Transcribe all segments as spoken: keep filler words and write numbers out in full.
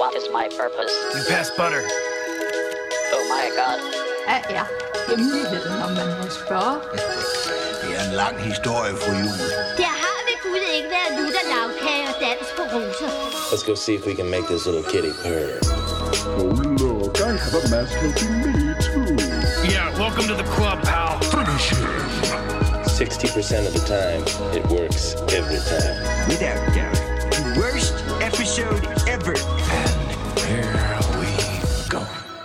What is my purpose? You pass butter. Oh my god. Hvad er hemmeligheden, om man må spørge? Det er en lang historie, fru Jul. Der har ved Gud ikke været lutter lavkage og dans på roser. Let's go see if we can make this little kitty purr. Oh look, I have a mask helping me too. Yeah, welcome to the club, pal. Finish him. sixty percent of the time, it works every time. Without doubt, the worst episode ever. And here we go.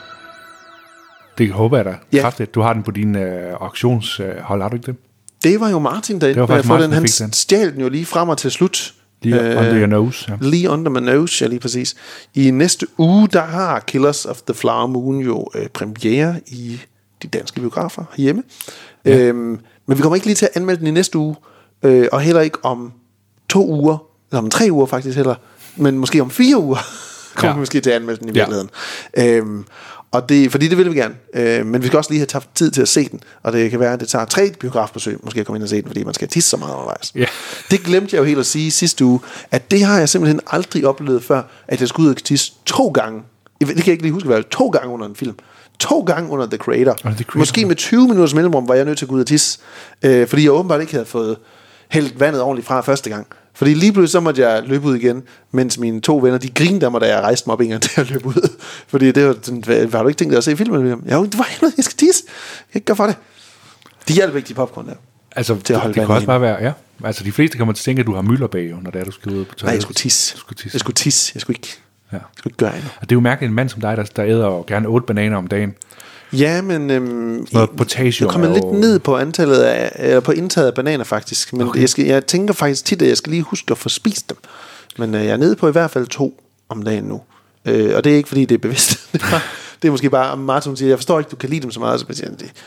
Det håber jeg da Ja. kraftigt. Du har den på din øh, auktionshold, øh, har du ikke det? Det var jo Martin, der Det var faktisk for Martin, den. der Han fik den. stjal den jo lige fra mig til slut. Lige Øh, under your nose. Ja. Lige under my nose, ja, lige præcis. I næste uge, der har Killers of the Flower Moon jo øh, premiere i de danske biografer herhjemme. Ja. Øhm, men vi kommer ikke lige til at anmelde den i næste uge, øh, og heller ikke om to uger, eller om tre uger faktisk heller, men måske om fire uger kommer Ja. vi måske til at anmelde den i Ja. virkeligheden. Øhm, og det, fordi det vil vi gerne. Øh, men vi skal også lige have taget tid til at se den, og det kan være, at det tager tre biografbesøg, måske at komme ind og se den, fordi man skal tisse så meget undervejs. Ja. Det glemte jeg jo helt at sige sidste uge, at det har jeg simpelthen aldrig oplevet før, at jeg skulle ud og tisse to gange. Det kan jeg ikke lige huske, hvad to gange under en film. To gange under The Creator. Under The Creator. Måske med tyve minutters mellemrum var jeg nødt til at gå ud og tisse, øh, fordi jeg åbenbart ikke havde fået hældt vandet ordentligt fra første gang. Fordi lige pludselig så måtte jeg løbe ud igen, mens mine to venner, de grinede af mig, da jeg rejste mig op en gang til at løbe ud. Fordi det var sådan, hvad, har du ikke tænkt dig at se filmen? Ja, det var helvede, jeg skal tisse. Jeg kan ikke gøre for det. De hjalp ikke de popcorn der. Altså, til at holde det, det kan vandet også inde. bare være, ja. Altså, de fleste kommer til at tænke, at du har mylder bag, jo, når det er, du skal ud på toilettet. Nej, jeg skulle tisse. Du skulle tisse. Jeg skulle tisse. Jeg skulle ikke, Ja. jeg skulle ikke gøre andet. Og det er jo mærkeligt, en mand som dig, der, der æder jo gerne otte bananer om dagen. Ja, men øhm, Noget I- potassium jeg kommer er lidt jo- ned på antallet af, eller på indtaget af bananer faktisk. Men okay. jeg, skal, jeg tænker faktisk tit, at jeg skal lige huske at få spist dem. Men øh, jeg er nede på i hvert fald to om dagen nu. Øh, og det er ikke fordi det er bevidst. det, er bare, det er måske bare, om Martin siger, jeg forstår ikke, du kan lide dem så meget. Så jeg siger, det, det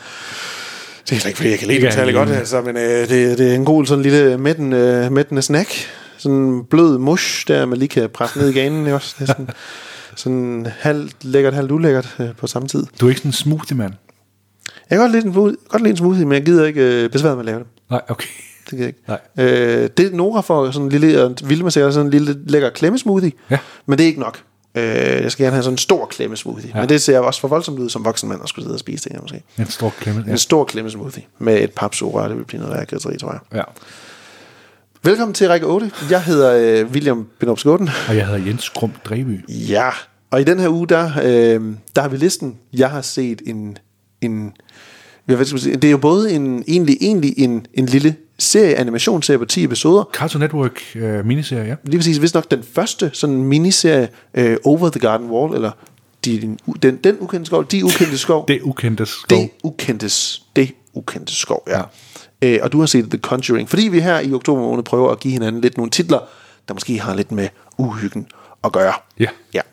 er slet ikke fordi jeg kan lide Det dem kan særlig jeg godt. lide. Altså, men øh, det, det er en god sådan lille mætten, øh, mættende snack. Sådan en blød mush, der man lige kan presse ned i ganen. Ikke også? Det er sådan, sådan halvt lækkert, halvt ulækkert øh, på samme tid. Du er ikke sådan en smoothie-mand? Jeg kan godt lide en, smoothie- godt lide en smoothie, men jeg gider ikke øh, besvære med at lave det. Nej, okay. Det gider jeg ikke. Nej. Øh, det Nora får sådan en lille, og Vilma siger sådan en lille lækker klemmesmoothie, Ja. men det er ikke nok. Øh, jeg skal gerne have sådan en stor klemmesmoothie, ja. Men det ser også for voldsomt ud som voksen mand at skulle sidde og spise det her måske. En stor klemme. Ja. En stor klemmesmoothie med et papsugerør, det vil blive noget værre gætteri, tror jeg. Ja. Velkommen til række otte. Jeg hedder øh, William Binop Skåden. Og jeg hedder Jens Krum Dreby. Ja, og i den her uge, der, øh, der har vi listen. Jeg har set en... en hvad skal man sige, det er jo både en, egentlig, egentlig en, en lille serie, animationsserie på ti episoder. Cartoon Network øh, miniserie, ja. Lige præcis, vist nok den første sådan miniserie, øh, Over the Garden Wall, eller de, den, den, den ukendte skov, De ukendte skov. Det ukendte skov. Det ukendte, det ukendte skov, ja. ja. Øh, og du har set The Conjuring, fordi vi her i oktober måned prøver at give hinanden lidt nogle titler, der måske har lidt med uhyggen at gøre. Ja. Ja.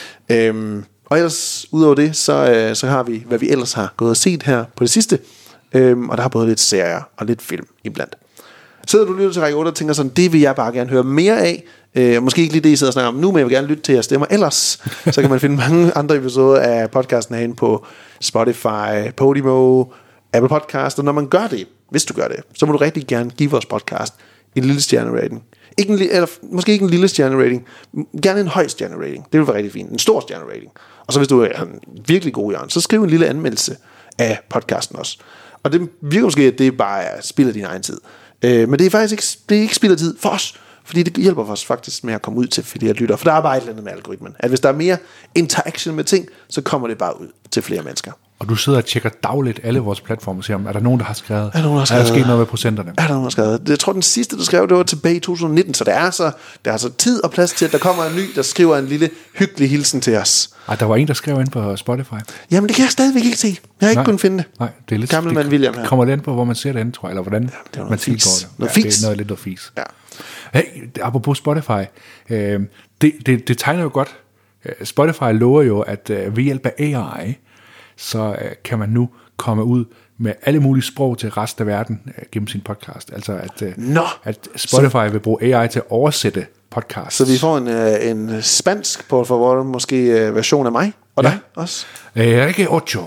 Øhm, og ellers, udover det, så, øh, så har vi, hvad vi ellers har gået og set her på det sidste. Øhm, og der har både lidt serier og lidt film iblandt. Sidder du og lytter til række otte og tænker sådan, det vil jeg bare gerne høre mere af. Øh, måske ikke lige det, I sidder og snakker om nu, men jeg vil gerne lytte til jeres stemmer. Ellers, så kan man finde mange andre episoder af podcasten herinde på Spotify, Podimo, Apple Podcast. Og når man gør det, hvis du gør det, så må du rigtig gerne give vores podcast en lille stjerne-rating. Ikke en, li- eller måske ikke en lille stjerne-rating, gerne en høj stjerne-rating. Det vil være rigtig fint. En stor stjerne-rating. Og så hvis du er en virkelig god, Jørgen, så skriv en lille anmeldelse af podcasten også. Og det virker måske, at det bare er spild af din egen tid. Øh, men det er faktisk ikke, det er ikke spild af tid for os, fordi det hjælper os faktisk med at komme ud til flere lyttere. For der er bare et eller andet med algoritmen. At hvis der er mere interaction med ting, så kommer det bare ud til flere mennesker. Og du sidder og tjekker dagligt alle vores platforme og siger, er der nogen, der har skrevet? Er der nogen, der har skrevet? Er der sket noget med procenterne? Er der nogen, der har skrevet? Jeg tror, den sidste, du skrev, det var tilbage i to tusind nitten, så der er så, der er så tid og plads til, at der kommer en ny, der skriver en lille hyggelig hilsen til os. Ej, der var en, der skrev ind på Spotify. Jamen, det kan jeg stadigvæk ikke se. Jeg har ikke Nej. kunnet finde det. Nej, det er lidt... Gammel mand William her. Det kommer lidt an på, hvor man ser det andet, tror jeg, eller hvordan det er noget man fis. tilgår det. Noget ja, fis. Det er noget lidt noget fis. Ja. Hey, apropos Spotify, øh, det, det, det tegner jo godt. Spotify lover jo, at øh, ved hjælp af A I, så øh, kan man nu komme ud med alle mulige sprog til resten af verden øh, gennem sin podcast. Altså at, øh, Nå. at Spotify så, vil bruge A I til at oversætte podcasts. Så vi får en, øh, en spansk på favor, måske øh, version af mig og Ja. dig også. Øh, ikke ocho.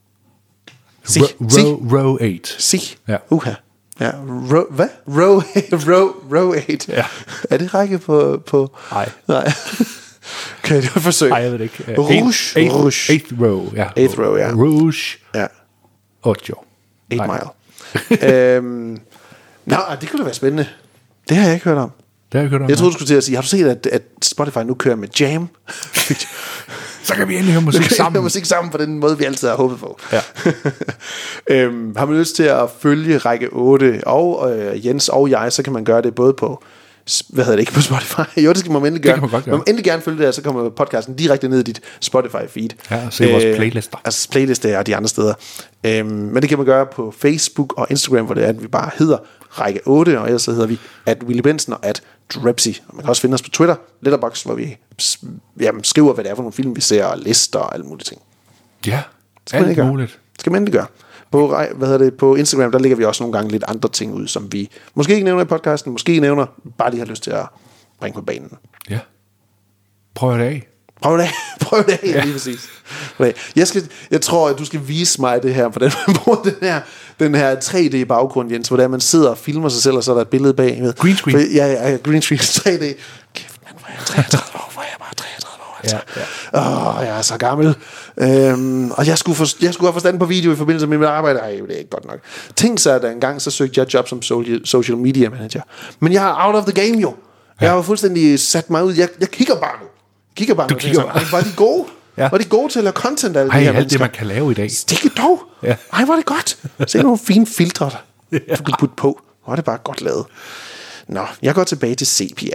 Si. Row, Si. row, row eight. Si. Ja. Uha. Ja, row, hvad? Row, row, row eight. Ja. Er det række på... på? Nej. Nej. Okay, det var et forsøg. Nej, jeg ved det ikke. Rouge. Eighth, eighth, Rouge. eighth row, ja. Eighth row, ja. Rouge. Ja. Ocho. eight Mile. øhm, Nå, det kunne da være spændende. Det har jeg ikke hørt om. Det har jeg hørt om. Jeg troede, du skulle til at sige, har du set, at, at Spotify nu kører med Jam? Så kan vi endelig høre musik sammen. Høre musik sammen på den måde, vi altid har håbet på. Ja. øhm, har man lyst til at følge række otte og øh, Jens og jeg, så kan man gøre det både på, hvad hedder det, ikke på Spotify? Jo, det skal man endelig gøre. Det kan man godt gøre. Man må endelig gerne følge det der, så kommer podcasten direkte ned i dit Spotify-feed. Ja, og se øh, vores playlister. Altså playlister og de andre steder. Øhm, men det kan man gøre på Facebook og Instagram, hvor det er, at vi bare hedder række otte, og ellers så hedder vi at Willy Benson og at Drepsy. Og man kan også finde os på Twitter, Letterboxd, hvor vi jamen, skriver, hvad det er for nogle film, vi ser, og lister og alle mulige ting. Ja, alt alt muligt. Skal man endelig gøre. På, hvad hedder det, på Instagram, der lægger vi også nogle gange lidt andre ting ud, som vi måske ikke nævner i podcasten, måske nævner, bare lige har lyst til at bringe på banen. Ja. Prøv det af. Prøv det af. Prøv det af, ja. Lige præcis. Jeg, skal, jeg tror, at du skal vise mig det her, hvordan man bruger den her, den her tre D baggrund, Jens, hvor der man sidder og filmer sig selv, og så er der et billede bag. Green screen. For, ja, ja, green screen, tre D. Kæft, man, hvor er jeg treogtredive år, hvor er jeg bare treogtredive år. Altså. Ja, ja. Åh, jeg er så gammel. Øhm, og jeg skulle, for, jeg skulle have forstand på video i forbindelse med mit arbejde. Ej, det er ikke godt nok. Tænk så, at en gang så søgte jeg job som social media manager. Men jeg er out of the game jo. Jeg ja. har jo fuldstændig sat mig ud. Jeg, jeg kigger bare nu. Jeg kigger bare du nu. Kigger Ej, var de gode? Ja. Var de gode til at lave content af alle Ej, de her alt mennesker? det, man kan lave i dag. Stikke dog. Ja. Ej, var det godt. Se nogle fine filtre, der ja. du kunne putte på. Var det bare godt lavet. Nå, jeg går tilbage til sepia.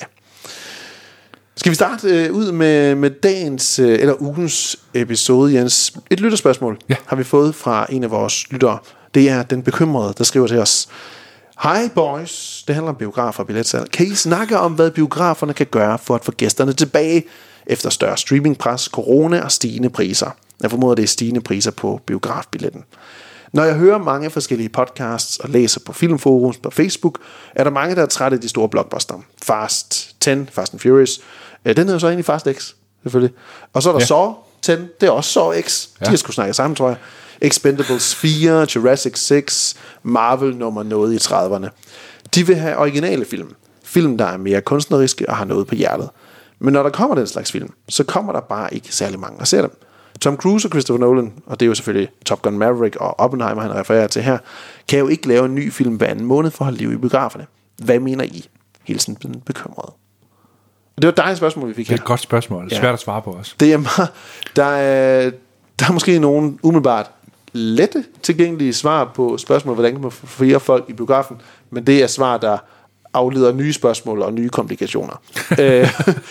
Skal vi starte øh, ud med, med dagens, øh, eller ugens episode, Jens? Et lytterspørgsmål ja. har vi fået fra en af vores lyttere. Det er den bekymrede, der skriver til os. Hej boys, det handler om biografer og billetsalg. Kan I snakke om, hvad biograferne kan gøre for at få gæsterne tilbage efter større streamingpres, corona og stigende priser? Jeg formoder, det er stigende priser på biografbilletten. Når jeg hører mange forskellige podcasts og læser på filmforums på Facebook, er der mange, der er trætte af de store blockbuster. Fast ti, Fast and Furious. Den hedder så egentlig Fast X, selvfølgelig. Og så er der ja. Saw ti, det er også Saw X. De ja. har sgu snakket sammen, tror jeg. Expendables fire, Jurassic seks, Marvel nummer noget i trediverne. De vil have originale film. Film, der er mere kunstneriske og har noget på hjertet. Men når der kommer den slags film, så kommer der bare ikke særlig mange at se dem. Tom Cruise og Christopher Nolan, og det er jo selvfølgelig Top Gun Maverick og Oppenheimer, han refererer til her, kan jo ikke lave en ny film hver anden måned for at holde liv i biograferne. Hvad mener I? Hilsen den bekymrede. Det var et dejligt spørgsmål, vi fik her. Det er et godt spørgsmål. Det er svært ja. at svare på os. Det er meget, der, er, der er måske nogen umiddelbart lette tilgængelige svar på spørgsmål, hvordan kan man få flere folk i biografen, men det er svar, der afleder nye spørgsmål og nye komplikationer. øh,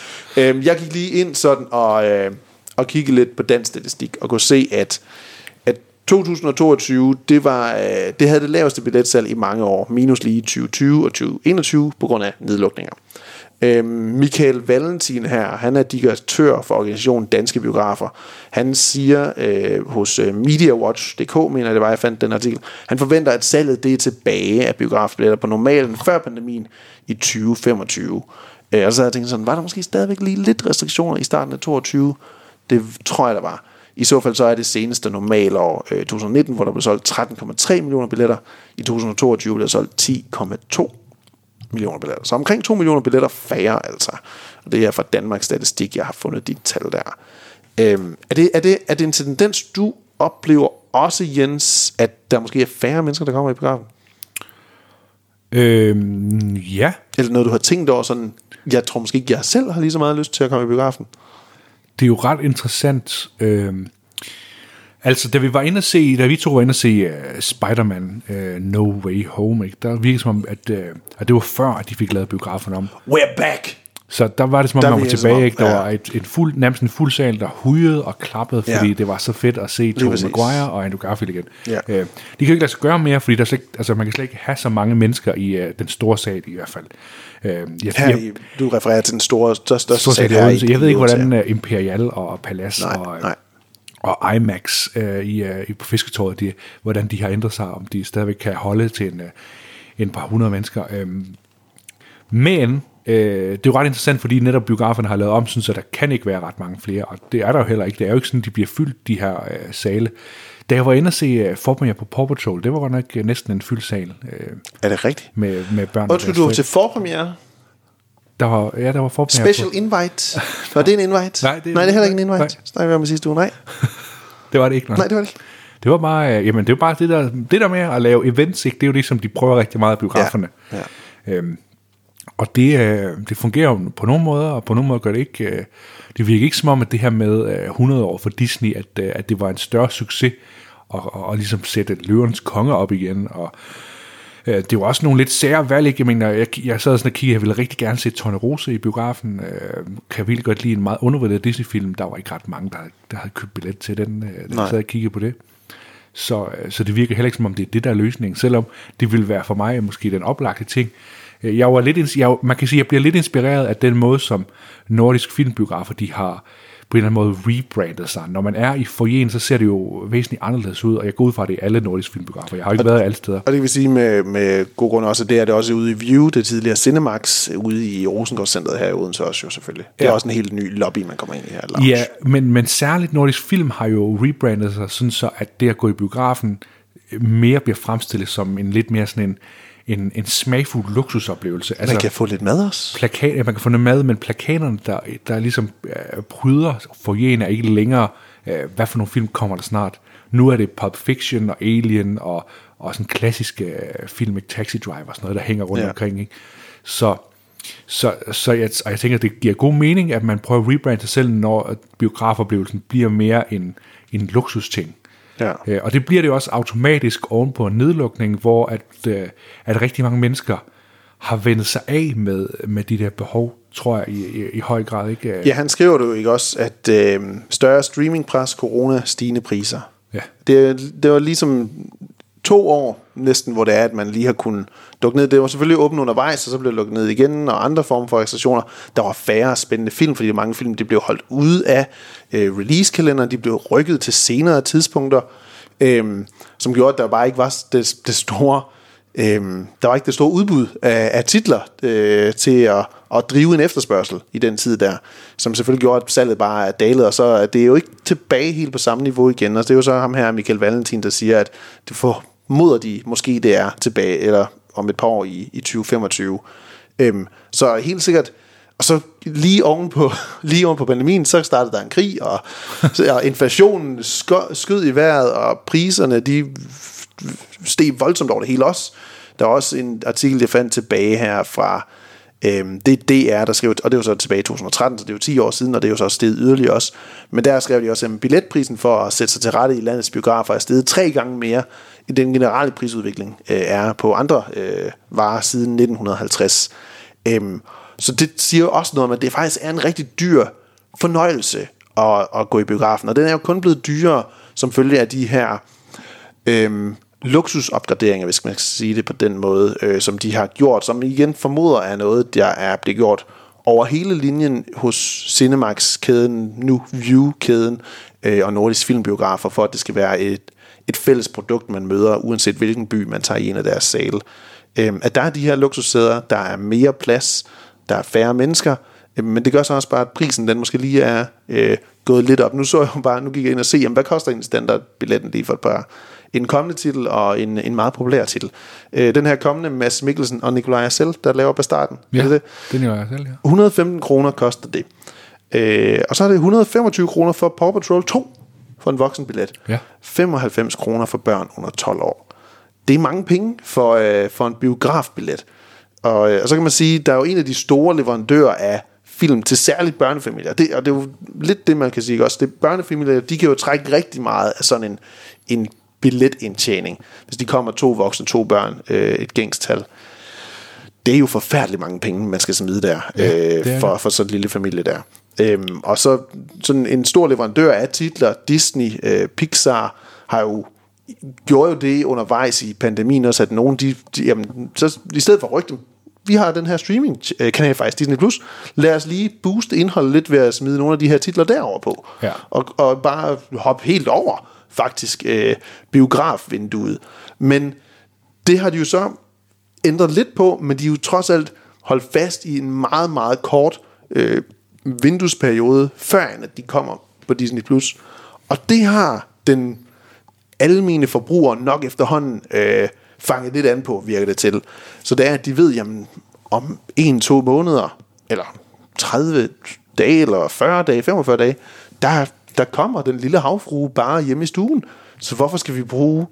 øh, jeg gik lige ind sådan og, øh, og kigge lidt på dansk statistik og kunne se, at, at to tusind toogtyve, det, var, øh, det havde det laveste billetsalg i mange år, minus lige tyve tyve og tyve enogtyve på grund af nedlukninger. Øhm, Michael Valentin her, han er direktør for organisationen Danske Biografer. Han siger øh, hos øh, MediaWatch punktum d k, mener det var, jeg fandt den artikel, han forventer, at salget det er tilbage af biografbilletter på normalen før pandemien i tyve femogtyve. Øh, og så havde jeg tænkt sådan, var der måske stadigvæk lige lidt restriktioner i starten af toogtyve? Det tror jeg, der var. I så fald så er det seneste normalår øh, to tusind nitten, hvor der blev solgt tretten komma tre millioner billetter. I to tusind toogtyve blev der solgt ti komma to millioner billetter. Så omkring to millioner billetter færre altså. Og det er fra Danmarks Statistik, jeg har fundet de tal der. Øhm, er, det, er, det, er det en tendens, du oplever også, Jens, at der måske er færre mennesker, der kommer i biografen? Øhm, ja. Eller noget, du har tænkt over sådan, jeg tror måske ikke, jeg selv har lige så meget lyst til at komme i biografen? Det er jo ret interessant. Øhm, altså, da vi var inde at se, da vi to var inde at se uh, Spider-Man uh, No Way Home, ikke, der virkede som om, at, uh, at det var før, at de fik lavet biografen om. We're back! Så der var det som om, der man var tilbage, ikke? Der ja. var et, et fuld, nærmest en fuld sal, der hujede og klappede, fordi ja. det var så fedt at se Tobey Maguire og Andrew Garfield igen. Ja. Uh, de kan ikke lade sig gøre mere, fordi der slet, altså, man kan slet ikke have så mange mennesker i uh, den store sal i hvert fald. Uh, jeg, her, jeg, du refererer til den store, største, største sal her i, jeg ved ikke, hvordan uh, Imperial og Palace nej, og... nej. og IMAX øh, i, øh, på Fisketåret, de, hvordan de har ændret sig, om de stadigvæk kan holde til en, øh, en par hundrede mennesker. Øhm, men øh, det er jo ret interessant, fordi netop biograferne har lavet om, så der kan ikke være ret mange flere, og det er der jo heller ikke. Det er jo ikke sådan, de bliver fyldt, de her øh, sale. Da jeg var inde og se øh, forpremiere på Paw Patrol, det var godt nok næsten en fyldt sal. Øh, er det rigtigt? Med, med børn. Og skulle du til forpremiere? Der var, ja, der var forpremiere Special på. invite. Var det en invite? Nej, det, nej, det er heller ikke en invite. Nej. Snakker vi om i sidste uge? Nej. Det var det ikke. Nej, nej det var det ikke. Det var bare, øh, jamen det var bare det der, det der med at lave events, ikke? Det er jo det, som de prøver rigtig meget af biograferne. Ja. Ja. Øhm, og det, øh, det fungerer jo på nogle måder, og på nogle måder gør det ikke. Øh, det virker ikke som om, at det her med øh, hundrede år for Disney, at, øh, at det var en større succes, og, og, og ligesom sætte Løvernes Konge op igen, og øh, det var også nogle lidt sære valg, ikke? Jeg mener, jeg, jeg sad sådan og kiggede, jeg ville rigtig gerne se Tornerose i biografen, øh, kan virkelig godt lide en meget undervurderet Disney-film, der var ikke ret mange, der, der havde købt billet til den, øh, der sad og kiggede på det. Så, så det virker heller ikke som om det er det der er løsningen, selvom det ville være for mig måske den oplagte ting. Jeg var lidt, jeg, man kan sige, jeg bliver lidt inspireret af den måde, som nordiske filmbiografer, de har på en eller anden måde rebrandet sig. Når man er i foyeren, så ser det jo væsentligt anderledes ud, og jeg går ud fra, at det er alle nordiske filmbiografer. Jeg har ikke og, været alle steder. Og det vil sige med, med god grund også, at det er det også ude i View, det tidligere Cinemax, ude i Rosengårdscenteret her i Odense også jo selvfølgelig. Det er ja. Også en helt ny lobby, man kommer ind i her. Lounge. Ja, men, men særligt nordisk film har jo rebrandet sig, sådan så at det at gå i biografen mere bliver fremstillet som en lidt mere sådan en En, en smagfuld luksusoplevelse. Altså, man kan få lidt mad også. Plakat, man kan få noget mad, men plakaterne, der, der ligesom øh, bryder foyeren, er ikke længere, øh, hvad for nogle film kommer der snart. Nu er det Pulp Fiction og Alien og, og sådan klassiske øh, film, Taxi Driver og sådan noget, der hænger rundt ja. omkring. Ikke? Så, så, så jeg, og jeg tænker, at det giver god mening, at man prøver at rebrande sig selv, når biografoplevelsen bliver mere en, en luksusting. Ja. Øh, og det bliver det også automatisk oven på en nedlukning, hvor at, øh, at rigtig mange mennesker har vendt sig af med, med de der behov, tror jeg, i, i, i høj grad. Ikke? Ja, han skriver det jo ikke også, at øh, større streamingpres, corona, stigende priser. Ja. Det, det var ligesom to år næsten, hvor det er, at man lige har kunnet lukke ned. Det var selvfølgelig åbent undervejs, og så blev det lukket ned igen, og andre former for restriktioner. Der var færre spændende film, fordi mange film de blev holdt ude af øh, release-kalenderen, de blev rykket til senere tidspunkter, øh, som gjorde, at der bare ikke var det, det store, øh, der var ikke det store udbud af, af titler øh, til at, at drive en efterspørgsel i den tid der, som selvfølgelig gjorde, at salget bare er dalet, og så er det jo ikke tilbage helt på samme niveau igen, og det er jo så ham her, Michael Valentin, der siger, at det får moder de måske det er tilbage, eller om et par år i, i tyve femogtyve. Øhm, så helt sikkert, og så lige oven på, lige oven på pandemien, så startede der en krig, og, og inflationen skød, skød i vejret, og priserne, de steg voldsomt over det hele også. Der er også en artikel, jeg fandt tilbage her fra, øhm, det er D R, der skrev, og det var så tilbage i to tusind og tretten, så det er jo ti år siden, og det er jo så steget yderligere også. Men der skrev de også, at billetprisen for at sætte sig til rette i landets biografer er steget tre gange mere, i den generelle prisudvikling øh, er på andre øh, varer siden nitten halvtreds. Øhm, så det siger også noget om, at det faktisk er en rigtig dyr fornøjelse at, at gå i biografen, og den er jo kun blevet dyrere som følge af de her øhm, luksusopgraderinger, hvis man skal sige det på den måde, øh, som de har gjort, som igen formoder er noget, der er blevet gjort over hele linjen hos Cinemax-kæden, nu View-kæden øh, og Nordisk Filmbiografer, for at det skal være et et fælles produkt, man møder, uanset hvilken by man tager i en af deres sale. Øhm, at der er de her luksussæder, der er mere plads, der er færre mennesker, øhm, men det gør så også bare, at prisen den måske lige er øh, gået lidt op. Nu så jeg jo bare, nu gik jeg ind og se, jamen, hvad koster en standardbilletten lige for et par, en kommende titel og en, en meget populær titel. Øh, den her kommende, Mads Mikkelsen og Nikolaj Arcel, der laver Bastarden. Ja, det, det? det er Nikolaj Arcel, ja. et hundrede og femten kroner koster det. Øh, og så er det et hundrede og femogtyve kroner for Paw Patrol to, for en voksenbillet. Ja. femoghalvfems kroner for børn under tolv år. Det er mange penge for, øh, for en biografbillet. Og, øh, og så kan man sige, der er jo en af de store leverandører af film til særligt børnefamilier. Det, og det er jo lidt det, man kan sige også. Det børnefamilier, de kan jo trække rigtig meget af sådan en, en billetindtjening. Hvis de kommer to voksne, to børn, øh, et gængstal. Det er jo forfærdeligt mange penge, man skal smide der, ja, øh, for, for sådan en lille familie der. Øhm, og så sådan en stor leverandør af titler, Disney, øh, Pixar, har jo gjorde jo det undervejs i pandemien også, at nogen, de, de jamen, så i stedet for at rykke dem, vi har den her streaming-kanal faktisk, Disney Plus, lad os lige booste indholdet lidt ved at smide nogle af de her titler derover på, ja. og, og bare hoppe helt over, faktisk, øh, biografvinduet. Men det har de jo så ændret lidt på, men de er jo trods alt holdt fast i en meget, meget kort øh, vinduesperiode, før at de kommer på Disney Plus. Og det har den almene forbruger nok efterhånden øh, fanget lidt an på, virker det til. Så det er, at de ved, jamen, om en, to måneder, eller tredive dage, eller fyrre dage, femogfyrre dage, der, der kommer den lille havfrue bare hjemme i stuen. Så hvorfor skal vi bruge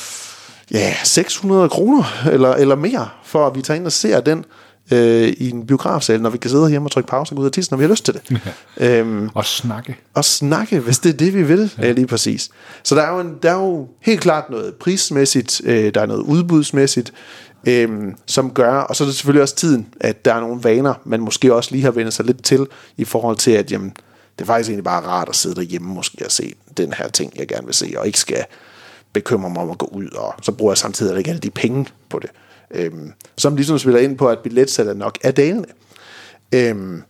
ja, seks hundrede kroner eller, eller mere, for at vi tager ind og ser den øh, i en biografsal, når vi kan sidde hjemme og trykke pause og gå ud og tisse, når vi har lyst til det. Ja. Øhm, og snakke. Og snakke, hvis det er det, vi vil. Ja. Ja, lige præcis. Så der er jo, en, der er jo helt klart noget prismæssigt, øh, der er noget udbudsmæssigt, øh, som gør, og så er det selvfølgelig også tiden, at der er nogle vaner, man måske også lige har vendt sig lidt til, i forhold til, at jamen, det er faktisk egentlig bare rart at sidde derhjemme måske og se den her ting, jeg gerne vil se, og ikke skal bekymre mig om at gå ud, og så bruger jeg samtidig ikke alle de penge på det. Øhm, som ligesom spiller ind på, at billetsalget nok er dalende. Øhm,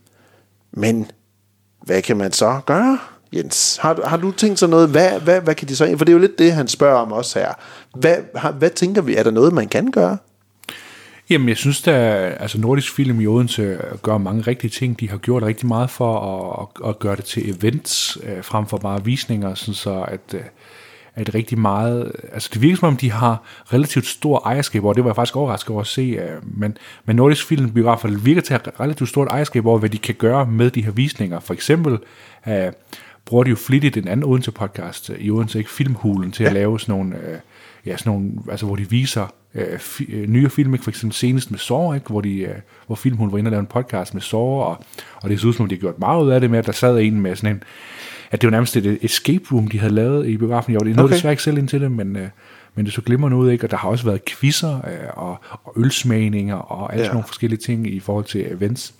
men hvad kan man så gøre, Jens? Har, har du tænkt sig noget? Hvad, hvad, hvad kan de så? For det er jo lidt det, han spørger om også her. Hvad, har, hvad tænker vi? Er der noget, man kan gøre? Jamen, jeg synes, at altså, Nordisk Film i Odense gør mange rigtige ting. De har gjort rigtig meget for at, at gøre det til events, øh, frem for bare visninger, sådan så at, øh, at rigtig meget... Altså, det virker som om, de har relativt stor ejerskab over, det var jeg faktisk overrasket over at se, øh, men, men Nordisk Film biografer virker til at have relativt stort ejerskab over, hvad de kan gøre med de her visninger. For eksempel øh, bruger de jo flittigt en anden Odense-podcast i Odense, ikke? Filmhulen, til ja. at lave sådan nogle... Øh, ja, sådan nogle, altså hvor de viser øh, fi, øh, nye film, ikke? For eksempel senest med Saw, ikke? Hvor, de, øh, hvor Filmhulen var inde og lavede en podcast med Saw, og, og det så ud som om, de har gjort meget ud af det med, at der sad en med sådan en, at det var nærmest et escape room, de havde lavet i biografen. Jeg nåede okay. desværre ikke selv ind til det, men, øh, men det så glimrende ud, ikke? Og der har også været quizzer øh, og, og ølsmagninger og alle ja. sådan nogle forskellige ting i forhold til events.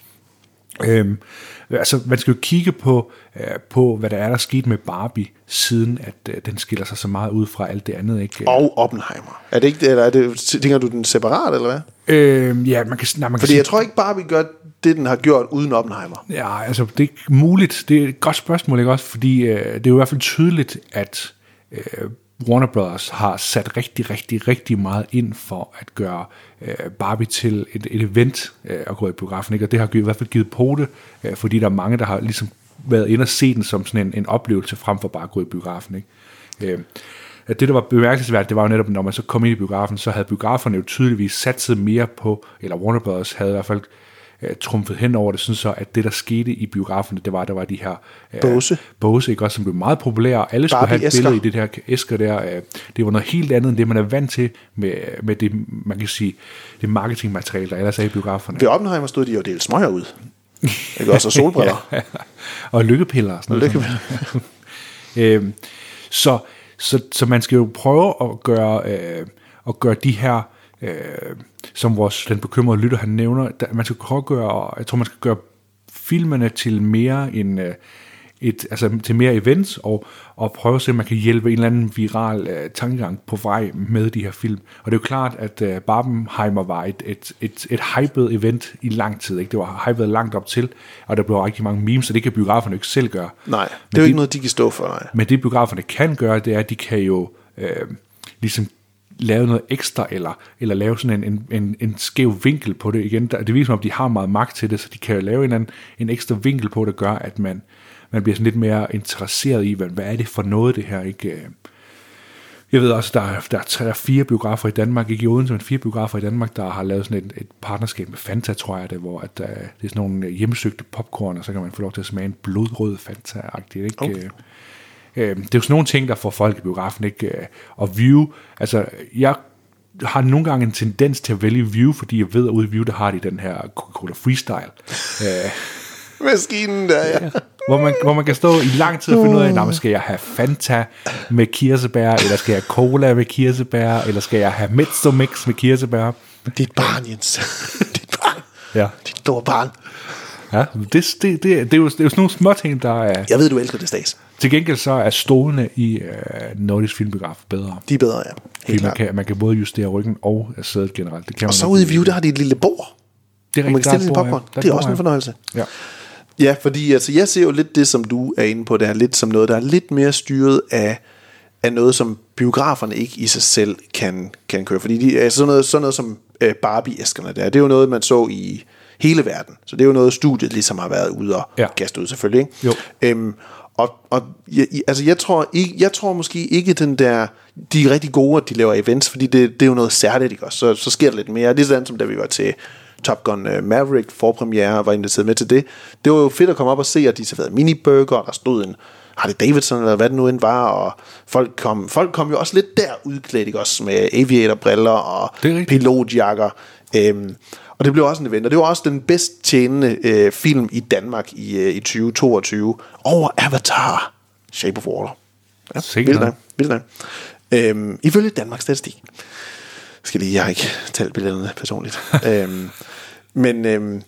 Øhm, altså man skal jo kigge på øh, på hvad der er der sket med Barbie siden at øh, den skiller sig så meget ud fra alt det andet, ikke? Og Oppenheimer. Er det ikke eller er det, tænker du den separat eller hvad? Øhm, ja, man kan, nej, man kan fordi sige, jeg tror ikke Barbie gør det den har gjort uden Oppenheimer. Ja, altså det er muligt. Det er et godt spørgsmål, ikke også? Fordi øh, det er jo i hvert fald tydeligt at øh, Warner Brothers har sat rigtig, rigtig, rigtig meget ind for at gøre øh, Barbie til et, et event øh, at gå i biografen, ikke? Og det har i hvert fald givet pote, øh, fordi der er mange, der har ligesom været inde og se den som sådan en, en oplevelse frem for bare at gå i biografen, ikke? Øh, det, der var bemærkelsesværdigt, det var jo netop, når man så kom ind i biografen, så havde biograferne jo tydeligvis satset mere på, eller Warner Brothers havde i hvert fald Uh, trumfet hen over det, sådan så at det der skete i biograferne, det var, der var de her uh, Bose, Bose, ikke også, som blev meget populære, og alle skulle Barbie have et æsker. billede i det her æsker der. Uh, det var noget helt andet end det, man er vant til med, med det, man kan sige, det marketingmateriale, der ellers er i biograferne. Ved Oppenheimer stod de jo delt smøger ud. Ikke også, og solbriller. ja, og lykkepiller og sådan og noget. Lykkepiller. uh, så, så, så man skal jo prøve at gøre, uh, at gøre de her Øh, som vores den bekymrede lytter han nævner, der, man skal prøve at gøre, jeg tror man skal gøre filmene til mere en øh, et, altså til mere events og, og prøve at se, om man kan hjælpe en eller anden viral øh, tankegang på vej med de her film. Og det er jo klart, at øh, Barbenheimer var et, et, et, et hyped event i lang tid, ikke? Det var hypet langt op til, og der blev rigtig mange memes, så det kan biograferne ikke selv gøre. Nej, det er men jo ikke de, noget, de kan stå for. Nej. Men det biograferne kan gøre, det er, at de kan jo øh, ligesom lave noget ekstra, eller, eller lave sådan en, en, en, en skæv vinkel på det igen. Det viser mig, at de har meget magt til det, så de kan jo lave en, anden, en ekstra vinkel på det, der gør, at man, man bliver sådan lidt mere interesseret i, hvad, hvad er det for noget, det her, ikke? Jeg ved også, der er, der er, der er fire biografer i Danmark, ikke i Odense, men fire biografer i Danmark, der har lavet sådan et, et partnerskab med Fanta, tror jeg det, hvor at, uh, det er sådan nogle hjemmesøgte popcorn, og så kan man få lov til at smage en blodrød Fanta-agtigt, ikke? Okay. Det er jo sådan nogle ting, der får folk i biografen, ikke? Og View, altså jeg har nogle gange en tendens til at vælge View, fordi jeg ved, at ude i View, der har de den her Coca-Cola Freestyle. Maskinen der, ja. ja hvor, man, hvor man kan stå i lang tid og finde ud af, nah, skal jeg have Fanta med kirsebær, eller skal jeg have Cola med kirsebær, eller skal jeg have Mezzo Mix med kirsebær. Dit barn, Jens. Dit barn. Ja. Dit store barn. Ja, det, det, det, det, er jo, det er jo sådan nogle små ting, der er... Jeg ved, du elsker det, Stas. Til gengæld så er stolene i øh, Nordisk Filmbiograf bedre. De er bedre, ja. Fordi man kan, man kan både justere ryggen og sædet generelt. Det kan og man så ude i View, der har de et lille bord. Det er og man kan stille sin popcorn. Ja. Det er også en fornøjelse. Ja. Ja, fordi altså, jeg ser jo lidt det, som du er inde på, det er lidt som noget, der er lidt mere styret af, af noget, som biograferne ikke i sig selv kan, kan køre. Fordi de, altså sådan, noget, sådan noget som øh, Barbie-æskerne der, det er jo noget, man så i hele verden. Så det er jo noget, studiet ligesom har været ude og ja. kaste ud, selvfølgelig. Ikke? Jo. Øhm, og og jeg, altså jeg tror ikke, jeg tror måske ikke den der, de er rigtig gode, at de laver events, fordi det, det er jo noget særligt, ikke også? Så, så sker der lidt mere. Det er sådan, som da vi var til Top Gun uh, Maverick forpremiere, var inviteret med til det. Det var jo fedt at komme op og se, at de serverede mini-burger, der stod en Harley Davidson, eller hvad det nu end var, og folk kom, folk kom jo også lidt der udklædt, ikke også, med aviatorbriller og pilotjakker. Øhm, og det blev også en event, og det var også den bedst tjenende øh, film i Danmark i, øh, i tyve toogtyve, over Avatar, Shape of Water. Ja, vildt nok, vildt nok. Øhm, ifølge Danmarks Statistik. Skal lige, jeg har ikke talt billederne personligt. øhm, men øhm,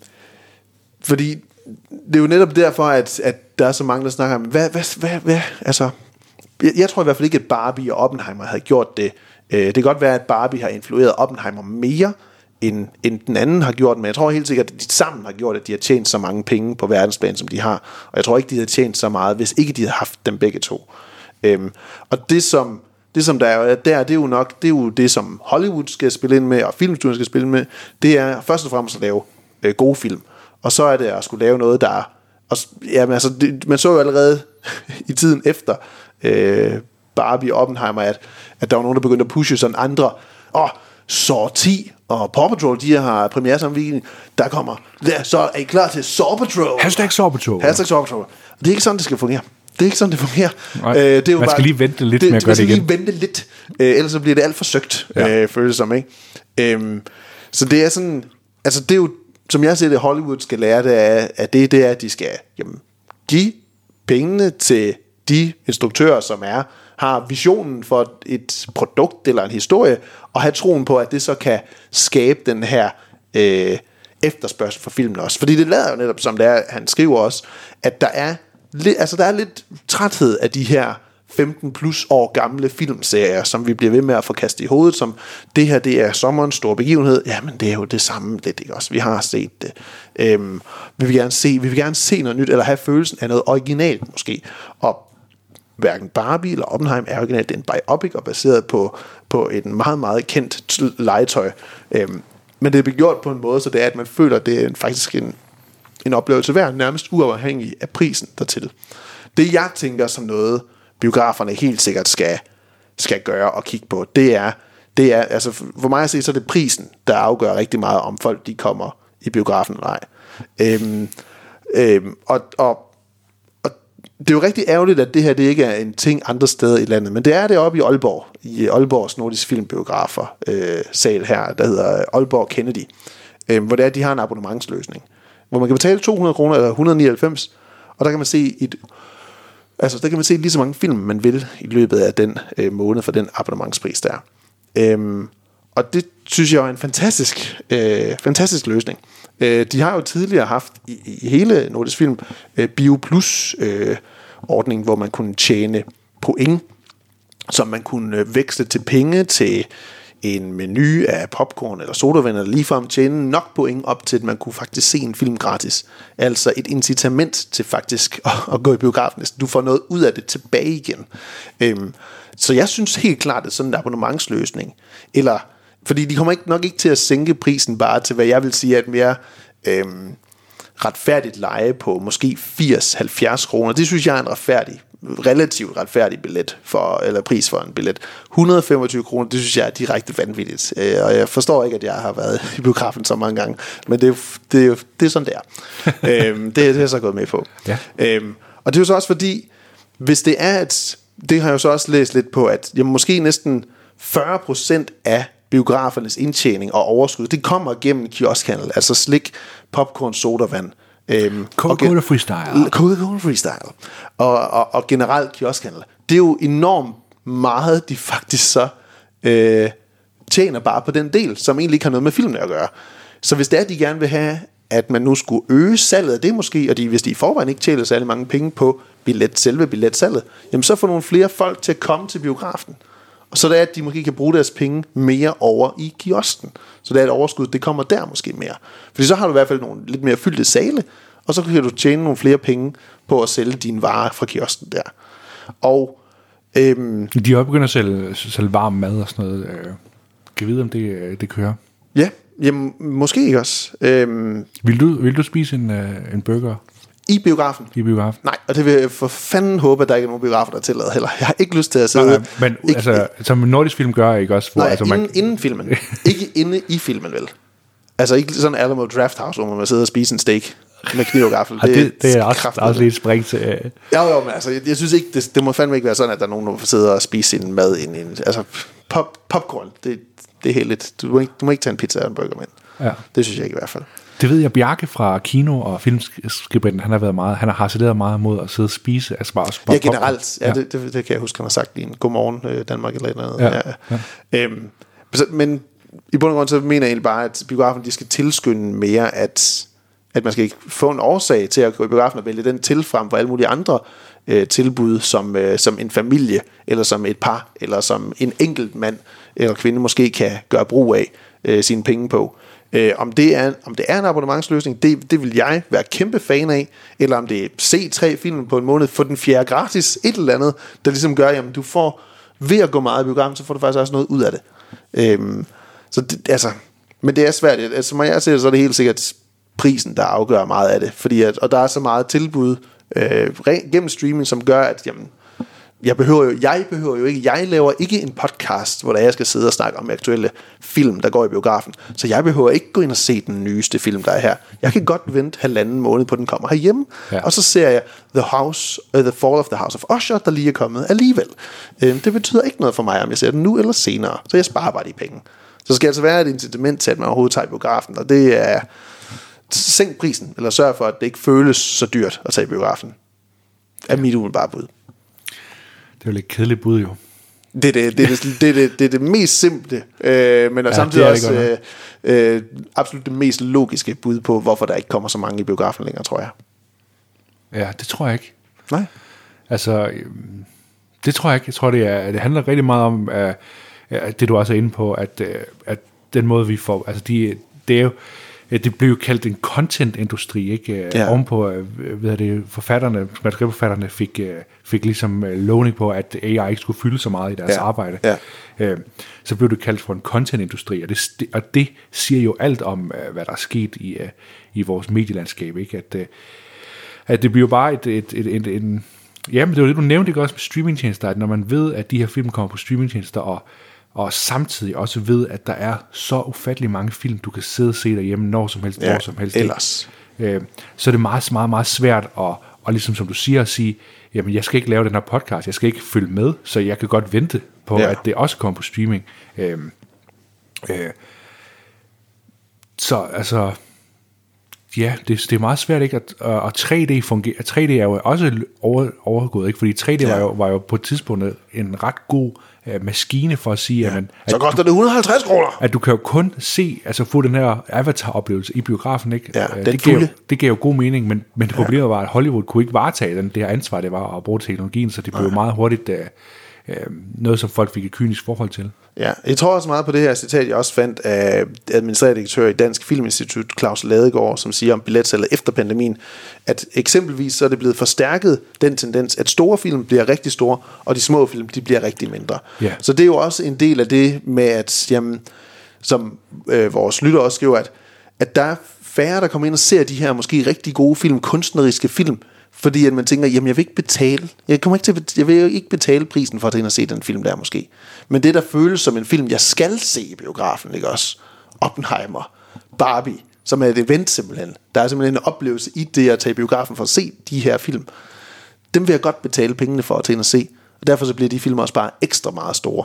fordi det er jo netop derfor, at, at der er så mange, der snakker om, hvad, hvad, hvad, hvad altså, jeg, jeg tror i hvert fald ikke, at Barbie og Oppenheimer havde gjort det. Øh, det kan godt være, at Barbie har influeret Oppenheimer mere, end, end den anden har gjort, men jeg tror helt sikkert, at de sammen har gjort, at de har tjent så mange penge på verdensplan, som de har. Og jeg tror ikke, de havde tjent så meget, hvis ikke de havde haft dem begge to. Øhm, og det som Det som der er der, det er jo nok, det er jo det, som Hollywood skal spille ind med, og filmstudierne skal spille med, det er først og fremmest at lave øh, gode film. Og så er det at skulle lave noget, der og, jamen, altså, det, man så jo allerede i tiden efter øh, Barbie og Oppenheimer, at, at der var nogen, der begyndte at pushe sådan andre, åh, Saw ti og Paw Patrol, de har premiere samme weekend, der kommer, der, så er I klar til Saw Patrol? Hashtag Saw Patrol. Hashtag Saw Patrol. Det er ikke sådan, det skal fungere. Det er ikke sådan, det fungerer. Øh, det er jo man skal bare, lige vente lidt det, med at gøre det igen. Man skal lige vente lidt, øh, ellers så bliver det alt for søgt, ja. øh, føles som, ikke? Øhm, så det er sådan, altså det er jo, som jeg ser det, Hollywood skal lære det af, af det, det er, at de skal jamen, give pengene til de instruktører, som er, har visionen for et produkt eller en historie, og have troen på, at det så kan skabe den her øh, efterspørgsel for filmen også. Fordi det lader jo netop, som det er, han skriver også, at der er lidt, altså der er lidt træthed af de her femten plus år gamle filmserier, som vi bliver ved med at få kastet i hovedet, som det her, det er sommerens store begivenhed. Jamen, det er jo det samme lidt, ikke også? Vi har set det. Øhm, vi vil gerne se, vi vil gerne se noget nyt, eller have følelsen af noget originalt måske. Og hverken Barbie eller Oppenheim er originalt. Det er en biopic og baseret på, på et meget, meget kendt legetøj. Øhm, men det er gjort på en måde, så det er, at man føler, at det er faktisk en, en oplevelse værd, nærmest uafhængig af prisen dertil. Det jeg tænker som noget, biograferne helt sikkert skal, skal gøre og kigge på, det er, det er, altså for mig at se, så er det prisen, der afgør rigtig meget, om folk de kommer i biografen eller ej. Øhm, øhm, og, og, og det er jo rigtig ærgerligt, at det her det ikke er en ting andre steder i landet, men det er det oppe i Aalborg, i Aalborgs Nordisk Filmbiografer øh, sal her, der hedder Aalborg Kennedy, øh, hvor det er, de har en abonnementsløsning, hvor man kan betale to hundrede kroner eller et hundrede og nioghalvfems, og der kan man se et Altså, der kan man se lige så mange film, man vil i løbet af den øh, måned for den abonnementspris der. Øhm, og det synes jeg er en fantastisk, øh, fantastisk løsning. Øh, de har jo tidligere haft i, i hele Nordisk Film øh, Bio Plus øh, ordning, hvor man kunne tjene point, som man kunne øh, veksle til penge til en menu af popcorn eller sodavand, eller ligefrem tjene nok point op til, at man kunne faktisk se en film gratis. Altså et incitament til faktisk at, at gå i biografen. Du får noget ud af det tilbage igen. Øhm, så jeg synes helt klart, at sådan en abonnementsløsning, eller, fordi de kommer ikke, nok ikke til at sænke prisen bare til, hvad jeg vil sige er et mere øhm, retfærdigt leje på måske firs til halvfjerds kroner. Det synes jeg er en retfærdig relativt retfærdig billet for, eller pris for en billet. et hundrede og femogtyve kroner, det synes jeg er direkte vanvittigt. Øh, og jeg forstår ikke, at jeg har været i biografen så mange gange, men det er, det er, det er sådan der. øhm, det, det er jeg så gået med på. Ja. Øhm, og det er jo så også fordi, hvis det er, at, det har jeg jo så også læst lidt på, at jamen, måske næsten fyrre procent af biografernes indtjening og overskud, det kommer gennem kioskhandel, altså slik, popcorn, sodavand, Øhm, Coca-Cola Freestyle Coca-Cola Freestyle og, og, og generelt kioskhandel. Det er jo enormt meget, de faktisk så øh, tjener bare på den del, som egentlig ikke har noget med filmen at gøre. Så hvis det er, at de gerne vil have, at man nu skulle øge salget af det måske, og de, hvis de i forvejen ikke tjener særlig mange penge på billet, selve billetsalget, jamen så får nogle flere folk til at komme til biografen. Og så det er, at de måske kan bruge deres penge mere over i kiosken. Så det er et overskud, det kommer der måske mere. Fordi så har du i hvert fald nogle lidt mere fyldte sale, og så kan du tjene nogle flere penge på at sælge dine varer fra kiosken der. Og øhm, de er også begyndt at sælge, sælge varm mad og sådan noget. Kan jeg vide, om det, det kører? Ja, jamen, måske ikke også. Øhm, vil, du, vil du spise en, en burger? I biografen? I biografen. Nej, og det vil jeg for fanden håbe, at der ikke er nogen biografer, der er tilladet heller. Jeg har ikke lyst til at sidde... Nej, nej, men ikke, altså, som Nordisk Film gør, ikke også? Hvor, nej, altså, inden, man... inden filmen. Ikke inde i filmen, vel? Altså ikke sådan Alamo Drafthouse, hvor man sidder og spiser en steak med kniv og gaffel. Det, det, det er også, også lidt spring til. Uh... Ja, jo, men altså, jeg, jeg synes ikke, det, det må fandme ikke være sådan, at der er nogen, der sidder og spiser sin mad i en, altså pop, popcorn, det, det er helt lidt, du må, ikke, du må ikke tage en pizza og en burger med. Ja. Det synes jeg ikke i hvert fald. Det ved jeg, Bjarke fra Kino og Filmskribenten, han har været meget, han har harceleret meget mod at sidde og spise. Altså bare, bare ja, generelt. Ja, ja. Det, det, det kan jeg huske, han har sagt i en Godmorgen Danmark eller noget. Ja. Ja. Ja. Øhm, men i bund og grund så mener jeg egentlig bare, at biografen de skal tilskynde mere, at, at man skal ikke få en årsag til at gå i biografen og vælge den til frem for alle mulige andre øh, tilbud, som, øh, som en familie, eller som et par, eller som en enkelt mand eller kvinde måske kan gøre brug af øh, sine penge på. Øh, om, det er, om det er en abonnementsløsning, det, det vil jeg være kæmpe fan af, eller om det er se tre film på en måned, få den fjerde gratis, et eller andet, der ligesom gør, jamen du får, ved at gå meget i biografen, så får du faktisk også noget ud af det. Øhm, så det, altså, men det er svært, altså når jeg ser det, så er det helt sikkert prisen, der afgør meget af det, fordi at, og der er så meget tilbud øh, gennem streaming, som gør, at jamen, Jeg behøver, jo, jeg behøver jo ikke, jeg laver ikke en podcast, hvor der jeg skal sidde og snakke om aktuelle film, der går i biografen. Så jeg behøver ikke gå ind og se den nyeste film, der er her. Jeg kan godt vente halvanden måned på, den kommer herhjemme. Ja. Og så ser jeg The House, uh, The Fall of the House of Usher, der lige er kommet alligevel. Uh, det betyder ikke noget for mig, om jeg ser den nu eller senere. Så jeg sparer bare de penge. Så skal altså være et incitament til, at man overhovedet tager i biografen. Og det er, sænk prisen, eller sørg for, at det ikke føles så dyrt at tage i biografen. Er mit umiddelbare bud. Det er jo lidt kedeligt bud, jo. Det er det, det, det, det, det, det, er det mest simple, øh, men ja, samtidig også øh, øh, absolut det mest logiske bud på, hvorfor der ikke kommer så mange i biografen længere, tror jeg. Ja, det tror jeg ikke. Nej. Altså, det tror jeg ikke. Jeg tror, det, er, det handler rigtig meget om, at, at det du også er inde på, at, at den måde, vi får... Altså, de, det er jo... Det blev jo kaldt en content-industri, ikke? Ja. Ovenpå, ved det, forfatterne, manuskriptforfatterne fik, fik ligesom lovning på, at A I ikke skulle fylde så meget i deres ja. arbejde. Ja. Så blev det kaldt for en content-industri, og det, og det siger jo alt om, hvad der er sket i, i vores medielandskab, ikke? At, at det bliver bare et... et, et, et en, jamen, det var det, du nævnte ikke også med streamingtjenester, at når man ved, at de her film kommer på streamingtjenester, og og samtidig også ved, at der er så ufattelig mange film, du kan sidde og se derhjemme, når som helst, ja, hvor som helst. Ellers. Øh, så er det meget, meget, meget svært at, og ligesom som du siger, at sige, jamen jeg skal ikke lave den her podcast, jeg skal ikke følge med, så jeg kan godt vente på, ja. At det også kommer på streaming. Øh, øh, så altså, ja, det, det er meget svært, ikke? At, og tre D fungerer, tre D er jo også over, overgået, ikke? Fordi tre D ja. var, jo, var jo på et tidspunkt en ret god uh, maskine for at sige, ja. at, så koster det et hundrede og halvtreds kroner. At du kan jo kun se, altså få den her Avatar-oplevelse i biografen, ikke? Ja, uh, den det, gav, det gav jo god mening, men, men det problemet ja. var, at Hollywood kunne ikke varetage den, det her ansvar, det var at bruge teknologien, så det blev ja. meget hurtigt uh, uh, noget, som folk fik et kynisk forhold til. Ja, jeg tror også meget på det her citat, jeg også fandt af administrerende direktør i Dansk Filminstitut, Claus Ladegaard, som siger om billetsalget efter pandemien, at eksempelvis så er det blevet forstærket den tendens, at store film bliver rigtig store, og de små film, de bliver rigtig mindre. Ja. Så det er jo også en del af det med, at jamen, som øh, vores lytter også skriver, at, at der er færre, der kommer ind og ser de her måske rigtig gode film, kunstneriske film, fordi at man tænker, jamen jeg vil ikke betale, jeg kommer ikke til at, jeg vil ikke betale prisen for at ind og se den film der måske. Men det der føles som en film, jeg skal se i biografen, ikke også? Oppenheimer, Barbie, som er et event simpelthen. Der er simpelthen en oplevelse i det at tage i biografen for at se de her film. Dem vil jeg godt betale pengene for at ind og se. Og derfor så bliver de film også bare ekstra meget store.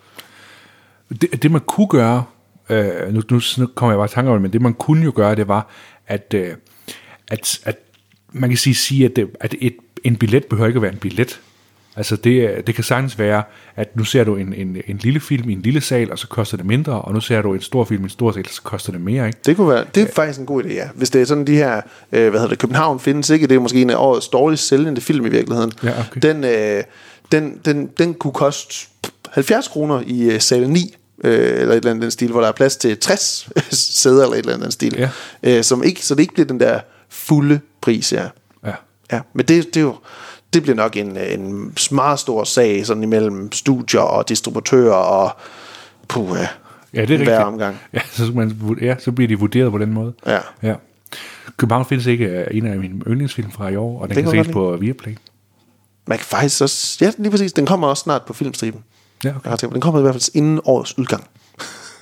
Det, det man kunne gøre, øh, nu, nu kommer jeg bare i tanke om det, men det man kunne jo gøre, det var, at, øh, at, at man kan sige, sige at, det, at et, en billet behøver ikke at være en billet. Altså det, det kan sagtens være, at nu ser du en, en, en lille film i en lille sal, og så koster det mindre, og nu ser du en stor film i en stor sal, så koster det mere, ikke? Det kunne være, det er faktisk en god idé, ja. Hvis det er sådan de her, øh, hvad hedder det, København findes ikke, det er måske en af årets dårligst sælgende film i virkeligheden. Ja, okay. Den, øh, den, den, den kunne koste halvfjerds kroner i øh, sal ni, øh, eller et eller andet den stil, hvor der er plads til tres sæder, eller et eller andet stil. Ja. Øh, som ikke, så det ikke bliver den der fulde pris, ja. Ja. Ja, men det, det er jo... Det bliver nok en, en meget stor sag sådan imellem studier og distributører og puh, ja, ja, det er hver rigtigt. omgang. Ja, så, man, ja, så bliver de vurderet på den måde. Ja. Ja. København findes ikke en af mine yndlingsfilm fra i år, og den det kan ses på Viaplay. Man kan faktisk også, ja, lige præcis, den kommer også snart på Filmstriben. Ja, okay. Den kommer i hvert fald inden årets udgang.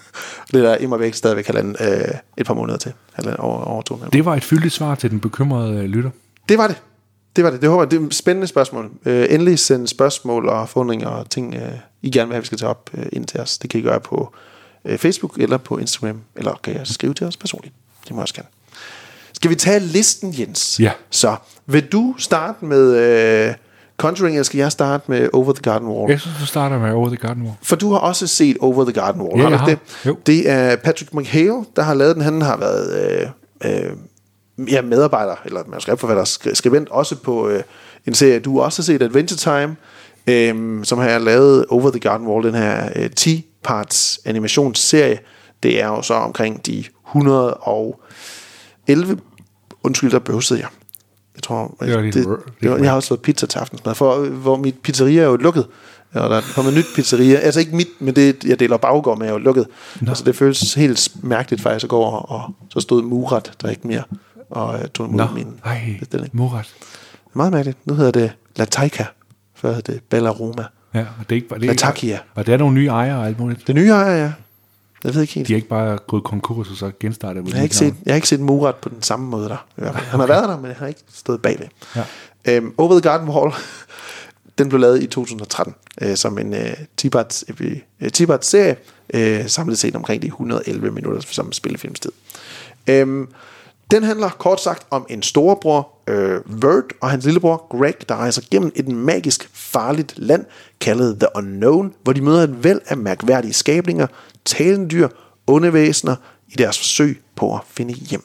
Det er der immer væk stadigvæk halvanden, øh, et par måneder til. Halvanden, over, over to måneder. Det var et fyldigt svar til den bekymrede øh, lytter. Det var det. Det var det. Det håber jeg. Det er et spændende spørgsmål. Øh, endelig send spørgsmål og fundringer og ting, øh, I gerne vil have, vi skal tage op øh, ind til os. Det kan I gøre på øh, Facebook eller på Instagram, eller kan jeg skrive til os personligt. Det må jeg også gerne. Skal vi tage listen, Jens? Ja. Så vil du starte med øh, Conjuring, eller skal jeg starte med Over the Garden Wall? Jeg synes, du starter med Over the Garden Wall. For du har også set Over the Garden Wall, Ja, har du jeg har. det? Jo. Det er Patrick McHale, der har lavet den. Han har været øh, øh, ja, medarbejder, eller manuskriptforfatter, skri- skribent, også på øh, en serie, du også har set, Adventure Time, øh, som har lavet Over the Garden Wall, den her øh, ti-parts animationsserie. Det er jo så omkring de et hundrede og elleve, undskyld, der bøvsede jeg. Jeg tror, Det var det, lidt det, rør- det var, jeg har også fået pizza til aftensmad, for, hvor mit pizzeria er jo lukket, og der kommer nyt pizzeria, altså ikke mit, men det, jeg deler baggård med, er jo lukket. No. Altså det føles helt mærkeligt faktisk at gå over, og så stod Murat der ikke mere, og jeg tog imod Nå, min ej, bestilling. Murat. Meget mærkeligt. Nu hedder det La Taika, før hed det Bella Roma. Ja, og det er ikke bare... Det er Latakia. ikke, og der er nogle nye ejere og alt muligt. Det nye ejer, ja. Jeg ved ikke helt. De er ikke bare gået konkurs og så genstartet. Jeg har, ikke set, jeg har ikke set Murat på den samme måde der. I hvert fald. Han har været der, men jeg har ikke stået bagved. Ja. Um, Over the Garden Wall, den blev lavet i to tusind og tretten uh, som en uh, ti-parts uh, ti-parts serie, uh, samlet set omkring de et hundrede og elleve minutter som spillefilmstid. Um, den handler kort sagt om en storebror, uh, Vert, og hans lillebror, Greg, der rejser gennem et magisk, farligt land, kaldet The Unknown, hvor de møder et væld af mærkværdige skabninger, talende dyr, onde væsener, i deres forsøg på at finde hjem.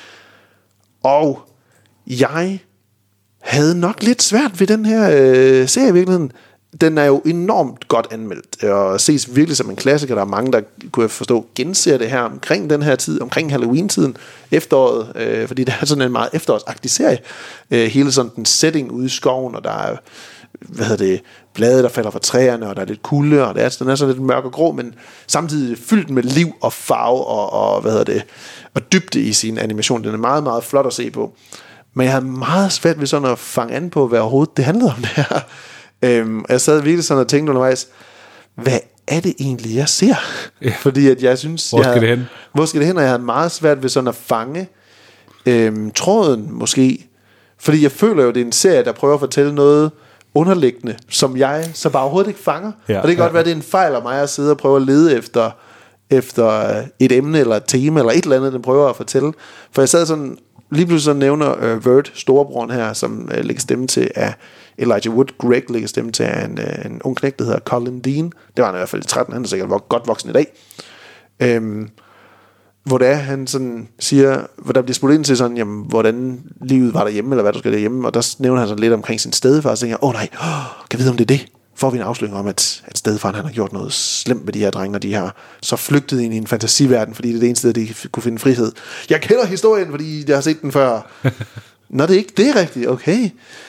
Og jeg havde nok lidt svært ved den her øh, serie i virkeligheden. Den er jo enormt godt anmeldt, og ses virkelig som en klassiker. Der er mange, der kunne jeg forstå, genser det her omkring den her tid, omkring Halloween-tiden, efteråret, øh, fordi det er sådan en meget efterårsagtig serie. Øh, hele sådan den setting ude i skoven, og der er, hvad hedder det, blade, der falder fra træerne, og der er lidt kulde, og det er, den er sådan lidt mørk og grå, men samtidig fyldt med liv og farve, og, og hvad hedder det, og dybde i sin animation. Den er meget, meget flot at se på. Men jeg havde meget svært ved sådan at fange an på, hvad overhovedet det handlede om det her. Øhm, jeg sad virkelig sådan og tænkte undervejs, hvad er det egentlig, jeg ser? Ja. Fordi at jeg synes, hvor skal jeg, det hen? Hvor skal det hen? Og jeg havde meget svært ved sådan at fange øhm, tråden måske. Fordi jeg føler jo, det er en serie, der prøver at fortælle noget underliggende, som jeg så bare overhovedet ikke fanger. Ja, og det kan ja. godt være, det er en fejl af mig at sidde og prøve at lede efter, efter et emne eller et tema, eller et eller andet, den prøver at fortælle. For jeg sad sådan, lige pludselig så nævner uh, Vert, storebroren her, som uh, lægger stemme til af Elijah Wood. Greg lægger stemme til af en, uh, en ung knægt, der hedder Colin Dean. Det var han i hvert fald i tretten, han er sikkert godt voksen i dag. Um, hvor det er, han sådan siger, hvor der bliver spurgt ind til sådan, jamen, hvordan livet var derhjemme, eller hvad der skal derhjemme, og der nævner han sådan lidt omkring sin stedfar, og så tænker jeg, åh oh, nej, oh, kan jeg vide, om det er det? Får vi en afsløring om, at, at stedfaren han har gjort noget slemt med de her drenge, og de har så flygtet ind i en fantasiverden, fordi det er det eneste, de kunne finde frihed. Jeg kender historien, fordi jeg har set den før. Nå, det er ikke det er rigtigt, okay.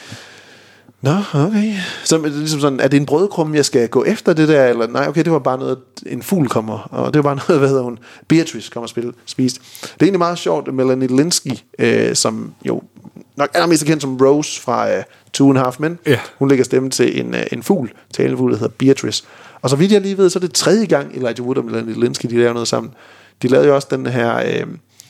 Nå, okay. Så er det ligesom sådan, er det en brødkrumme, jeg skal gå efter det der, eller nej, okay, det var bare noget, en fugl kommer, og det var bare noget, hvad hedder hun, Beatrice kommer og spille, spise. Det er egentlig meget sjovt, Melanie Linsky, øh, som jo nok allermest kendt som Rose fra øh, Two and a Half Men. Ja. Hun lægger stemme til en, øh, en fugl, talefugl, der hedder Beatrice. Og så vidt jeg lige ved, så er det tredje gang, Elijah Wood og Melanie Linsky, de laver noget sammen. De lavede jo også den her, øh,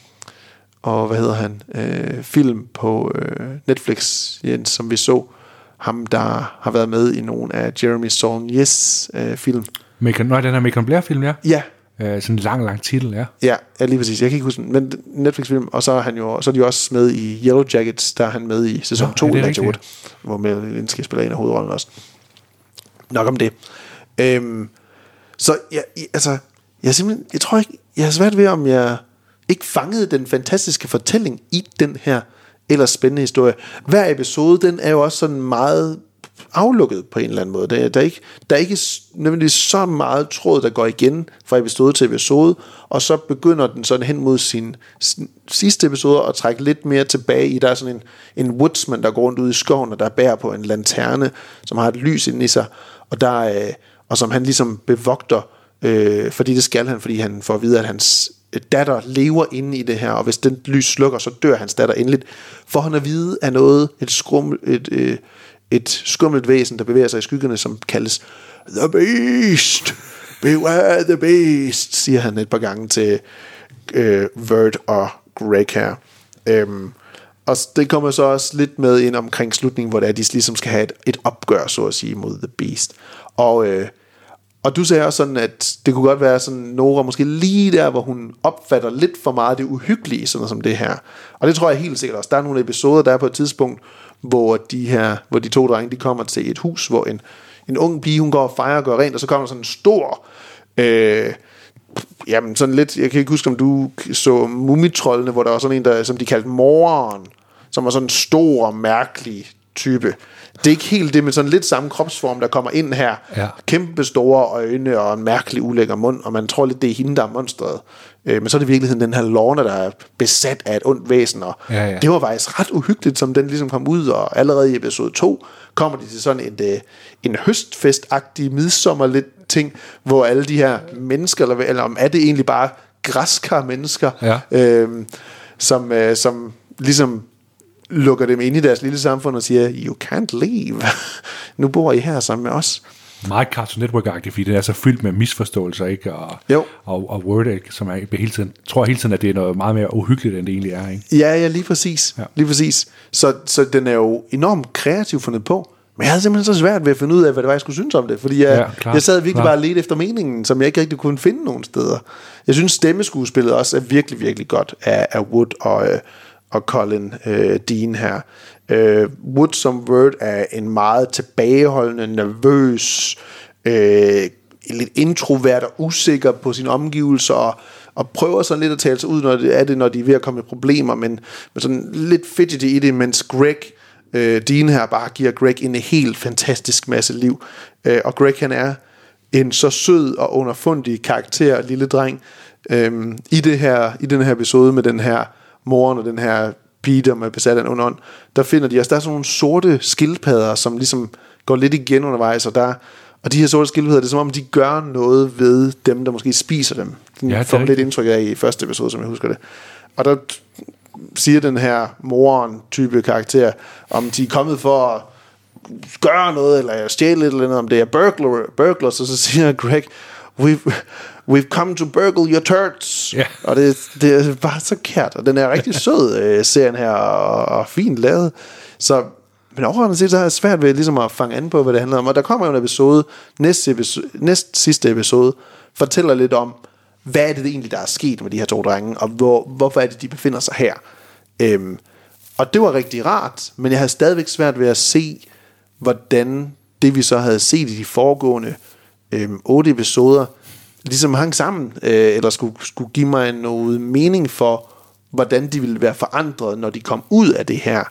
og hvad hedder han, øh, film på øh, Netflix, Jens, som vi så, ham, der har været med i nogle af Jeremy Saulniers øh, film. Macon, nej, den her Macon Blair-film, ja. Ja. Øh, sådan en lang, lang titel, ja. Ja, ja, lige præcis. Jeg kan ikke huske den, men Netflix-film, og så er, han jo, så er de jo også med i Yellow Jackets, der er han med i sæson to, ja, Elijah Wood, hvor Melanie Linsky spiller en af hovedrollen også. Nok om det. Øhm, så ja, altså, jeg simpelthen, jeg tror ikke, jeg har svært ved, om jeg ikke fangede den fantastiske fortælling i den her ellers spændende historie. Hver episode, den er jo også sådan meget aflukket på en eller anden måde. Der, der, er, ikke, der er ikke nødvendigvis så meget tråd, der går igen fra episode til episode, og så begynder den sådan hen mod sin sidste episode og trække lidt mere tilbage i. Der er sådan en, en woodsman, der går rundt ude i skoven, og der bærer på en lanterne, som har et lys inde i sig, og, der, øh, og som han ligesom bevogter, øh, fordi det skal han, fordi han får at vide, at hans datter lever inde i det her, og hvis den lys slukker, så dør hans datter endeligt. For han at vide af noget, et, skrum, et, et, et skummelt væsen, der bevæger sig i skyggerne, som kaldes The Beast. beware the beast, siger han et par gange til øh, Vert og Greg her. Øhm, og det kommer så også lidt med ind omkring slutningen, hvor det er, de ligesom skal have et, et opgør, så at sige, mod The Beast. Og, øh, og du sagde også sådan, at det kunne godt være sådan, Nora måske lige der, hvor hun opfatter lidt for meget det uhyggelige, sådan som det her. Og det tror jeg helt sikkert også. Der er nogle episoder, der er på et tidspunkt, hvor de her, hvor de to drenge, de kommer til et hus, hvor en, en ung pige, hun går og fejrer og gør rent, og så kommer sådan en stor... Øh, Jamen sådan lidt, jeg kan ikke huske om du så Mumitrollene, hvor der var sådan en der, som de kaldte Moren, som var sådan en stor mærkelig type. Det er ikke helt det, men sådan lidt samme kropsform, der kommer ind her. Ja. Kæmpe store øjne og en mærkelig ulækker mund, og man tror lidt, det er hende, der er monstret. Øh, men så er det i virkeligheden den her Lorna, der er besat af et ondt væsen, og ja, ja. Det var faktisk ret uhyggeligt, som den ligesom kom ud, og allerede i episode to kommer de til sådan en, en høstfest-agtig midsommer lidt ting, hvor alle de her mennesker, eller, eller om er det egentlig bare græskar mennesker, ja. øh, som, øh, som ligesom lukker dem ind i deres lille samfund og siger, you can't leave. Nu bor I her sammen med os. Meget Cartoon Network-agtigt, fordi det er så fyldt med misforståelser, ikke? Og, og, og Word, ikke? Som er hele tiden, tror hele tiden, at det er noget meget mere uhyggeligt, end det egentlig er, ikke? Ja, ja, lige præcis. Ja. Lige præcis. Så, så den er jo enormt kreativt fundet på. Men jeg havde simpelthen så svært ved at finde ud af, hvad det var, jeg skulle synes om det. Fordi jeg, ja, klar, jeg sad virkelig klar. bare og ledte efter meningen, som jeg ikke rigtig kunne finde nogen steder. Jeg synes, stemmeskuespillet også er virkelig, virkelig godt af, af Wood og, øh, og Colin øh, Dean her. Øh, Wood som Word er en meget tilbageholdende, nervøs, øh, lidt introvert og usikker på sine omgivelser, og, og prøver sådan lidt at tale sig ud, når det er det, når de er ved at komme i problemer, men, men sådan lidt fidgety i det, mens Greg Øh, Dean her bare giver Greg en helt fantastisk masse liv, øh, og Greg han er en så sød og underfundig karakter, lille dreng, øh, i det her i den her episode med den her moren og den her pige, der er besat af en ond ånd. Der finder de, altså der er sådan nogle sorte skildpadder, som ligesom går lidt igen undervejs, og der og de her sorte skildpadder, det er som om de gør noget ved dem, der måske spiser dem. Den ja, får lidt indtryk af i første episode, som jeg husker det. Og der siger den her moren-type karakter, om de er kommet for at gøre noget, eller stjæle lidt eller andet, om det er burglar, burglars, og så siger Greg, we've, we've come to burgle your turds. Yeah. Og det, det er bare så kært, og den er rigtig sød, øh, serien her, og, og fint lavet. Så, men overordnet set, så er det svært ved ligesom at fange an på, hvad det handler om. Og der kommer jo en episode, næste, episode, næste sidste episode, fortæller lidt om, hvad er det egentlig, der er sket med de her to drenge, og hvor, hvorfor er det, de befinder sig her. Øhm, og det var rigtig rart, men jeg havde stadigvæk svært ved at se, hvordan det, vi så havde set i de foregående øhm, otte episoder, ligesom hang sammen, øh, eller skulle, skulle give mig noget mening for, hvordan de ville være forandret, når de kom ud af det her,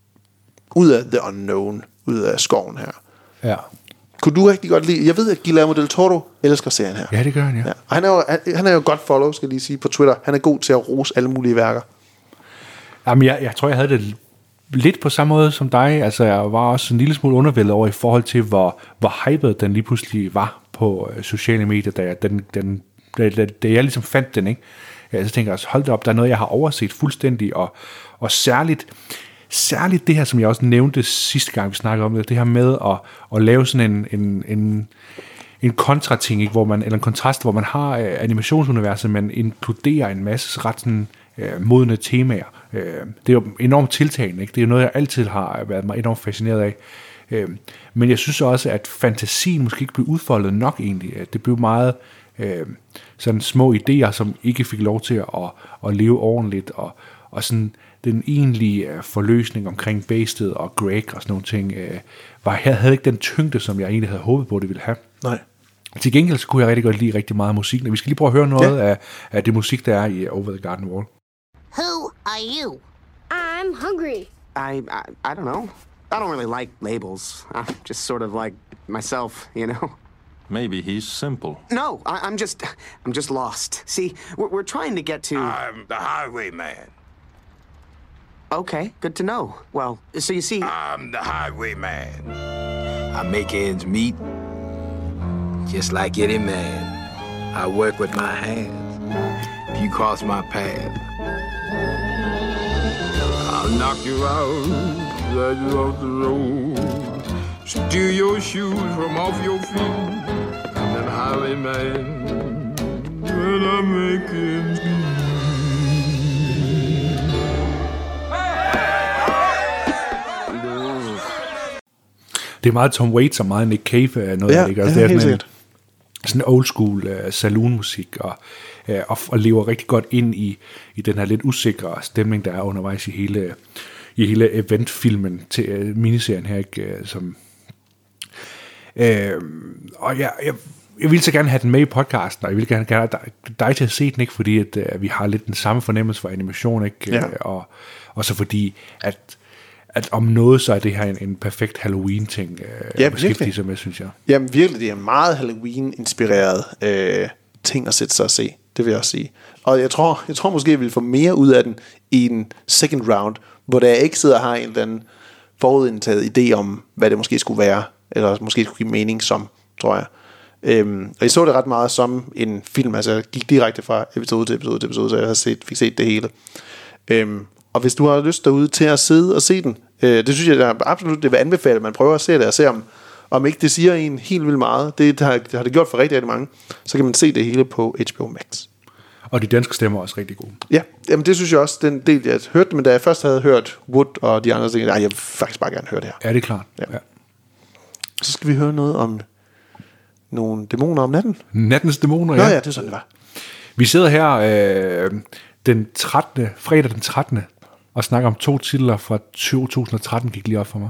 ud af the unknown, ud af skoven her. Ja. Kunne du rigtig godt lide... Jeg ved, at Guillermo del Toro elsker serien her. Ja, det gør han, ja. ja. Og han er, jo, han er jo godt follow, skal jeg lige sige, på Twitter. Han er god til at rose alle mulige værker. Jamen, jeg, jeg tror, jeg havde det lidt på samme måde som dig. Altså, jeg var også en lille smule undervældet over i forhold til, hvor, hvor hyped den lige pludselig var på øh, sociale medier, da jeg, den, den, da, da, da jeg ligesom fandt den, ikke? Jeg så tænker jeg, hold da op, der er noget, jeg har overset fuldstændig, og, og særligt... Særligt det her, som jeg også nævnte sidste gang, vi snakkede om det, det her med at, at lave sådan en, en, en, en kontrating, ikke, hvor man, eller en kontrast, hvor man har øh, animationsuniverset, men inkluderer en masse ret sådan, øh, modne temaer. Øh, det er jo enormt tiltagende, ikke? Det er jo noget, jeg altid har været mig enormt fascineret af. Øh, men jeg synes også, at fantasien måske ikke blev udfoldet nok egentlig. Det blev meget øh, sådan små idéer, som ikke fik lov til at, at leve ordentligt, og, og sådan... den egentlige uh, forløsning omkring Bastet og Greg og sådan nogle ting, uh, var, jeg havde ikke den tyngde, som jeg egentlig havde håbet på, det ville have. Nej. Til gengæld så kunne jeg rigtig godt lide rigtig meget musik. Vi skal lige prøve at høre noget yeah. af, af det musik, der er i Over the Garden Wall. Who are you? I'm hungry. I, I, I don't know. I don't really like labels. I'm just sort of like myself, you know? Maybe he's simple. No, I, I'm just, I'm just lost. See, we're, we're trying to get to... I'm the highwayman. Okay, good to know. Well, so you see... I'm the highwayman. I make ends meet, just like any man. I work with my hands. If you cross my path, I'll knock you out, drag you off the road, steal your shoes from off your feet, and then sorry, man, when I make ends meet. Det er meget Tom Waits og meget Nick Cave noget, ja, der ligger. Altså, ja, det er sådan en, sikkert. sådan old school uh, saloonmusik, og, uh, og, og lever rigtig godt ind i, i den her lidt usikre stemning, der er undervejs i hele, i hele eventfilmen til uh, miniserien her, ikke, uh, som... Uh, og jeg, jeg, jeg vil så gerne have den med i podcasten, og jeg vil gerne have dig, dig til at se den, ikke, fordi at, uh, vi har lidt den samme fornemmelse for animation, ikke, ja. uh, og, og så fordi, at at om noget, så er det her en, en perfekt Halloween-ting, øh, ja, at beskæftige sig med, synes jeg. Jamen virkelig, det er meget Halloween-inspireret øh, ting at sætte sig og se, det vil jeg også sige. Og jeg tror, jeg tror måske, jeg vil få mere ud af den i en second round, hvor der ikke sidder og har en eller anden forudindtaget idé om, hvad det måske skulle være, eller måske skulle give mening som, tror jeg. Øhm, og jeg så det ret meget som en film, altså jeg gik direkte fra episode til episode til episode, så jeg havde set, fik set det hele. Øhm, Og hvis du har lyst derude til at sidde og se den, øh, det synes jeg der absolut, det vil anbefale, at man prøver at se det og se om, om ikke det siger en helt vildt meget. Det, det, har, det har det gjort for rigtig, rigtig mange. Så kan man se det hele på H B O Max. Og de danske stemmer er også rigtig gode. Ja, jamen det synes jeg også, den del jeg hørte, men da jeg først havde hørt Wood og de andre ting, jeg vil faktisk bare gerne høre det her. Ja, det er klart. Ja. Ja. Så skal vi høre noget om nogle dæmoner om natten. Nattens dæmoner, ja. ja. Ja, det er sådan, det var. Vi sidder her øh, den trettende, fredag den trettende og snakker om to titler fra to tusind og tretten, gik lige op for mig.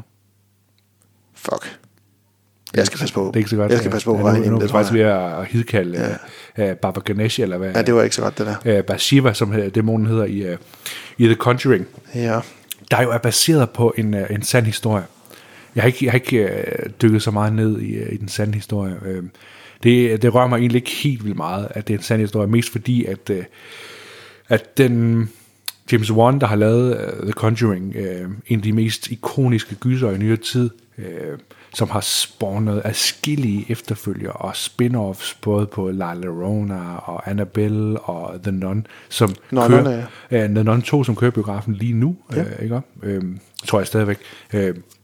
Fuck. Jeg skal passe på. Det er ikke så godt. Jeg skal passe på. Ja, nu, nu er vi faktisk ved at hidkalde ja. uh, Baba Ganesh, eller hvad? Ja, det var ikke så godt, det der. Uh, Bathsheba, som dæmonen hedder i, uh, i The Conjuring. Ja. Der jo er baseret på en, uh, en sand historie. Jeg har ikke, jeg har ikke uh, dykket så meget ned i, uh, i den sande historie. Uh, det, det rører mig egentlig ikke helt vildt meget, at det er en sand historie. Mest fordi, at, uh, at den... James Wan, der har lavet uh, The Conjuring, uh, en af de mest ikoniske gyser i nyere tid, uh, som har spawnet adskillige efterfølger og spin-offs, både på La Llorona og Annabelle og The Nun, som Nå, kører, ja. uh, The Nun to, som kører biografen lige nu, ja. uh, ikke? Uh, tror jeg stadigvæk. Uh,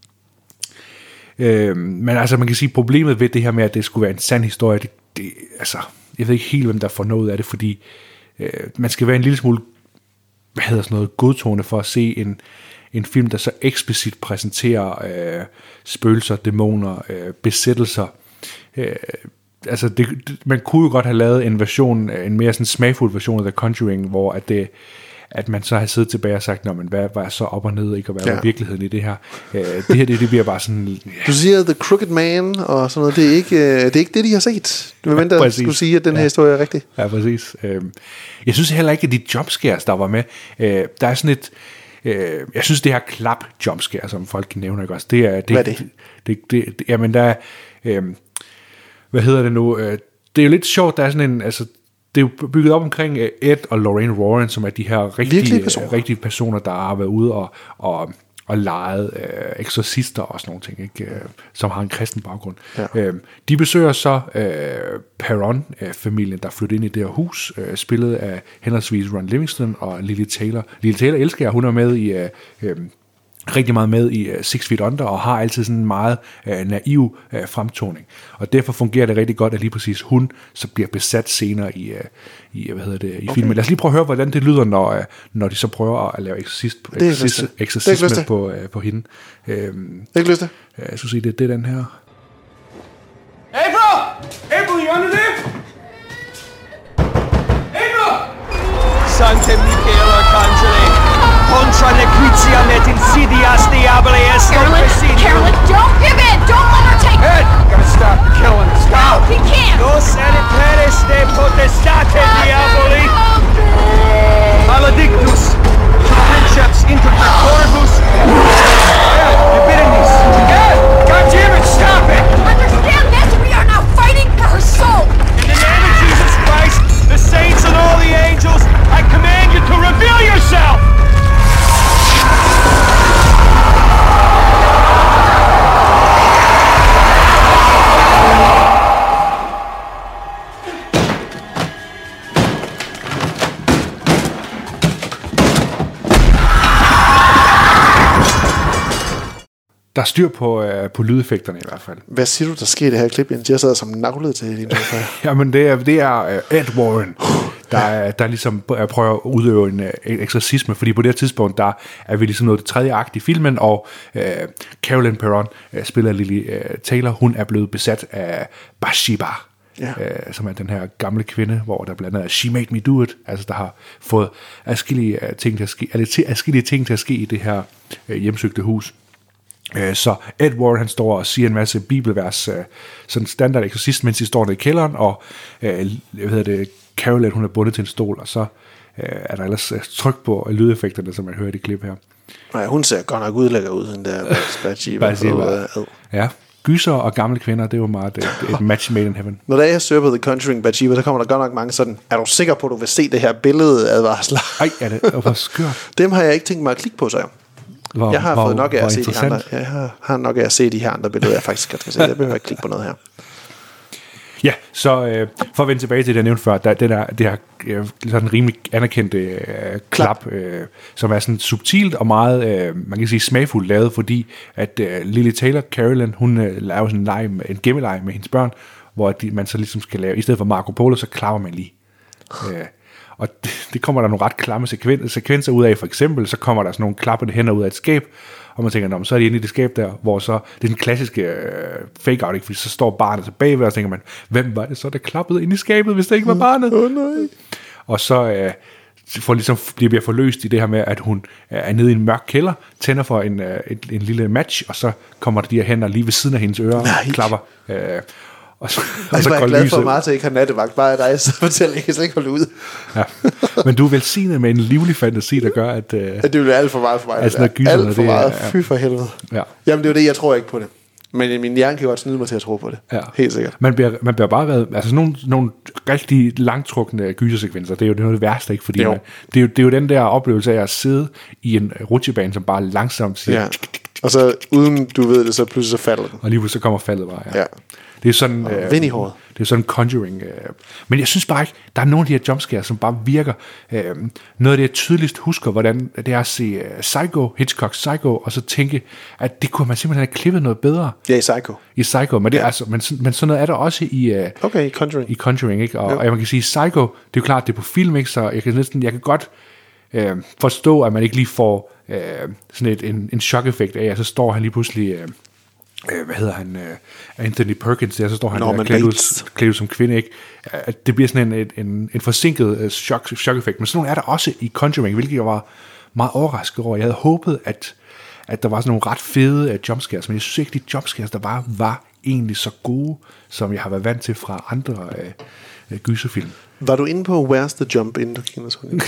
uh, men altså, man kan sige, problemet ved det her med, at det skulle være en sand historie, det, det, altså, jeg ved ikke helt, hvem der får noget af det, fordi uh, man skal være en lille smule hvad hedder sådan noget, godtående for at se en, en film, der så eksplicit præsenterer øh, spøgelser, dæmoner, øh, besættelser. Øh, altså, det, det, man kunne jo godt have lavet en version, en mere sådan smagfuld version af The Conjuring, hvor at, det, at man så har siddet tilbage og sagt, nå, men hvad var så op og ned, ikke? Og hvad ja. var virkeligheden i det her? Øh, det her, det, det bliver bare sådan... Ja. Du siger The Crooked Man og sådan noget, det er ikke, det er ikke det, de har set. Du vil ja, skulle sige, at den her ja. historie er rigtig. Ja, præcis. Øh, jeg synes heller ikke, at de jumpscares, der var med, øh, der er sådan et... Øh, jeg synes, det her klap jumpscare, som folk nævner, ikke også? Det er, det, hvad er det? det, det, det jamen, der er... Øh, hvad hedder det nu? Øh, det er jo lidt sjovt, der er sådan en... Altså, det er jo bygget op omkring Ed og Lorraine Warren, som er de her rigtige personer, rigtige personer der har været ude og, og, og leget øh, eksorcister og sådan nogle ting, ikke? Øh, som har en kristen baggrund. Ja. Øh, de besøger så øh, Perron-familien, der flytter ind i det her hus, øh, spillet af henholdsvis Ron Livingston og Lily Taylor. Lily Taylor elsker jeg, hun er med i... Øh, øh, rigtig meget med i uh, Six Feet Under, og har altid sådan en meget uh, naiv uh, fremtoning. Og derfor fungerer det rigtig godt, at lige præcis hun så bliver besat senere i, uh, i hvad hedder det, i okay. filmen. Lad os lige prøve at høre, hvordan det lyder, når, uh, når de så prøver at lave eksorcist, eksorcist, eksorcisme på, uh, på hende. Um, det er ikke lyst til. Uh, jeg synes, det, det er den her. April! April, you under there? April! Sancte Michael Arcangeli! Contra nequitia et insidias diaboli est Carolyn, Carolyn, don't give in! Don't let her take... Ed, gotta stop killing us. No, he can't! Dos editeres de potestate diaboli. Maledictus. Princeps inter corvus. Ed, Epiphanies. Ed, God damn it, stop it! Understand this? We are now fighting for her soul! In the name of Jesus Christ, the saints and all the angels, I command you to reveal yourself! der er styr på, øh, på lydeffekterne i hvert fald. Hvad siger du, der sker i det her klip, Jens? Jeg sidder som navlet til din Jamen, det er, det er uh, Ed Warren, der, der ligesom prøver at udøve en, en eksorcisme, fordi på det her tidspunkt, der er vi ligesom nået det tredje akt i filmen, og uh, Carolyn Perron uh, spiller Lily uh, Taylor, hun er blevet besat af Bathsheba, ja. uh, som er den her gamle kvinde, hvor der blandt andet er She Made Me Do It, altså der har fået adskillige uh, ting til at ske, altså, adskillige ting til at ske i det her uh, hjemsøgte hus. Så Ed Warren, han står og siger en masse bibelvers, sådan standard eksorcist, mens de står der i kælderen, og hvad hedder det, Carolyn, hun er bundet til en stol, og så er der ellers tryk på lydeffekterne, som man hører i det klip her. Nej, hun ser godt nok udlægger ud, den der Bathsheba. Ja, gyser og gamle kvinder, det er jo meget et, et match made in heaven. Når der er jeg søger på The Conjuring Bathsheba, så kommer der godt nok mange sådan, er du sikker på, at du vil se det her billede advarsler? Ej, er det hvor skørt. Dem har jeg ikke tænkt mig at klikke på, så jeg. Hvor, jeg har hvor, fået nok af at se de andre. Jeg har, har nok af at se de her andre billeder, jeg faktisk skal se. Jeg behøver ikke klikke på noget her. Ja, så øh, for at vende tilbage til det, jeg nævnte før, der, den er, det her øh, sådan rimelig anerkendte øh, klap, øh, som er sådan subtilt og meget, øh, man kan sige, smagfuldt lavet, fordi at øh, Lily Taylor, Carolyn, hun øh, laver sådan en, lege med, en gemmeleje med hendes børn, hvor de, man så ligesom skal lave, i stedet for Marco Polo, så klapper man lige. Øh, og det, det kommer der nogle ret klamme sekven, sekvenser ud af. For eksempel, så kommer der sådan nogle klappende hænder ud af et skab, og man tænker, så er de inde i det skab der, hvor så, det er den klassiske øh, fake-out, ikke? Fordi så står barnet så bagved, og så tænker man, hvem var det så, der klappede ind i skabet, hvis det ikke var barnet? Åh oh, nej. Og så øh, for ligesom bliver forløst i det her med, at hun er nede i en mørk kælder, tænder for en, øh, en, en lille match, og så kommer der de her hænder lige ved siden af hendes ører, nej. og klapper. Øh, Og så, og og så går jeg glad lyset. for Martha ikke har nattevagt, bare dig, så fortæller jeg, jeg slet ikke holde ud. Ja. Men du er velsignet med en livlig fantasi, der gør, at... Uh, ja, det vil alt for meget for mig. Altså, alt for meget, fy for helvede. Ja. Jamen det er jo det, jeg tror ikke på det. Men min hjerne kan godt snyde mig til at tro på det. Ja. Helt sikkert. Man bliver, man bliver bare reddet. Altså sådan nogle, nogle rigtig langtrukne gysersekvenser, det er jo det, noget af det værste, ikke? Fordi det er, man, det, er jo, det er jo den der oplevelse af at sidde i en rutsjebane, som bare langsomt siger... Ja. Og så uden du ved det, så pludselig så falder den. Og lige pludselig så kommer faldet bare, ja. Ja. Det er sådan... Øh, vind i håret. Det er sådan Conjuring. Øh. Men jeg synes bare ikke, der er nogle af de her jumpscares, som bare virker. Øh, noget af det, jeg tydeligst husker, hvordan det er at se uh, Psycho, Hitchcock Psycho, og så tænke, at det kunne man simpelthen have klippet noget bedre. Ja, i Psycho. I Psycho, men, det er, ja. altså, men, men sådan noget er der også i, uh, okay, i Conjuring. I Conjuring, ikke? Og, og man kan sige, Psycho, det er jo klart, det er på film, ikke? Så jeg kan næsten, jeg kan godt øh, forstå, at man ikke lige får øh, sådan et, en, en chok-effekt af, at så står han lige pludselig... Øh, Øh, hvad hedder han, uh, Anthony Perkins der, så står han der klædt ud, klædt ud som kvinde, ikke? Uh, det bliver sådan en, en, en forsinket uh, chok, chok-effekt, men sådan nogle er der også i Conjuring, hvilket jeg var meget overrasket over. Jeg havde håbet, at, at der var sådan nogle ret fede uh, jumpscares, men jeg synes ikke, de jumpscares, der var, var egentlig så gode, som jeg har været vant til fra andre uh, uh, gyserfilm. Var du inde på Where's the Jump, inden du kiggede sådan?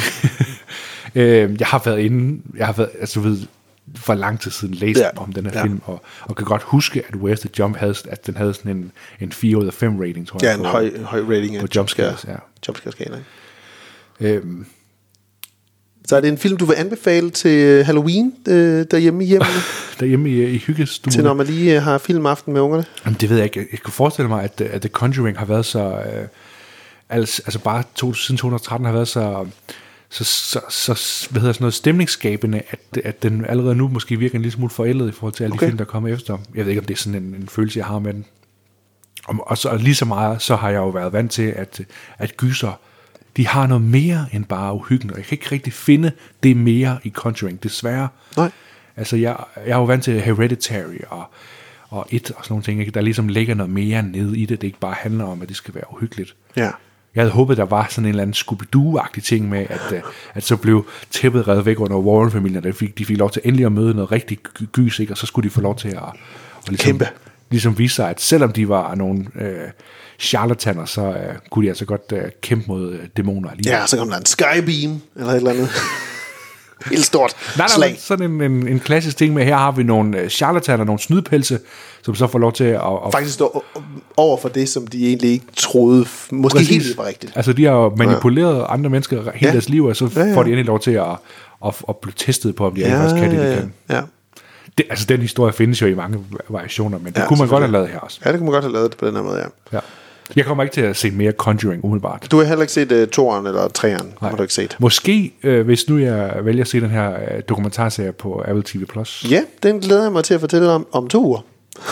uh, jeg har været inde, jeg har været, altså ved, for lang tid siden læst ja. om den her ja. film, og, og kan godt huske, at Where's the Jump havde, at den havde sådan en, en fire ud af fem rating, tror jeg. Ja, en på, høj, høj rating på jumpscares. Ja. Jumpscare-skala. Øhm. Så er det en film, du vil anbefale til Halloween øh, derhjemme i hjemmene? derhjemme i, i hyggestuen. Til når man lige har filmaften med ungerne? Jamen, det ved jeg ikke. Jeg, jeg kan forestille mig, at, at The Conjuring har været så... Øh, altså, altså bare to, siden to tusind og tretten har været så... Så, så, så hvad hedder sådan noget stemningsskabende, at, at den allerede nu måske virker en lille smule forældet i forhold til alle okay. de film, der kommer efter. Jeg ved ikke, om det er sådan en, en følelse, jeg har med den. Og, og, så, og lige så meget, så har jeg jo været vant til, at, at gyser, de har noget mere end bare uhyggen, og jeg kan ikke rigtig finde det mere i Conjuring, desværre. Nej. Altså, jeg, jeg er jo vant til Hereditary og, og It og sådan nogle ting, ikke? Der ligesom ligger noget mere nede i det, det ikke bare handler om, at det skal være uhyggeligt. Ja. Jeg havde håbet, der var sådan en eller anden Scooby-Doo-agtig ting med, at, at så blev tæppet revet væk under Warren-familien, de fik, de fik lov til endelig at møde noget rigtig gys, ikke? Og så skulle de få lov til at, at ligesom, kæmpe. Ligesom vise sig, at selvom de var nogle øh, charlataner, så øh, kunne de altså godt øh, kæmpe mod øh, dæmoner alligevel. Ja, så kom der en skybeam, eller et eller andet. Helt stort nej, slag. Nej, sådan en, en, en klassisk ting med, her har vi nogle charlataner, nogle snydpelse, som så får lov til at... at faktisk stå over for det, som de egentlig ikke troede, måske præcis. Helt var rigtigt. Altså, de har manipuleret ja. andre mennesker hele ja. deres liv, og så ja, ja. får de endelig lov til at, at, at blive testet på, om de ja, faktisk kan det, de ja, kan. Ja. Det, altså, den historie findes jo i mange variationer, men det ja, kunne man godt have lavet her også. Ja, det kunne man godt have lavet det på den her måde, ja. ja. Jeg kommer ikke til at se mere Conjuring umiddelbart. Du har heller ikke set uh, toeren eller treeren. Har du ikke set? Måske, øh, hvis nu jeg vælger at se den her øh, dokumentarserie på Apple T V plus. Ja, den glæder jeg mig til at fortælle om om to uger.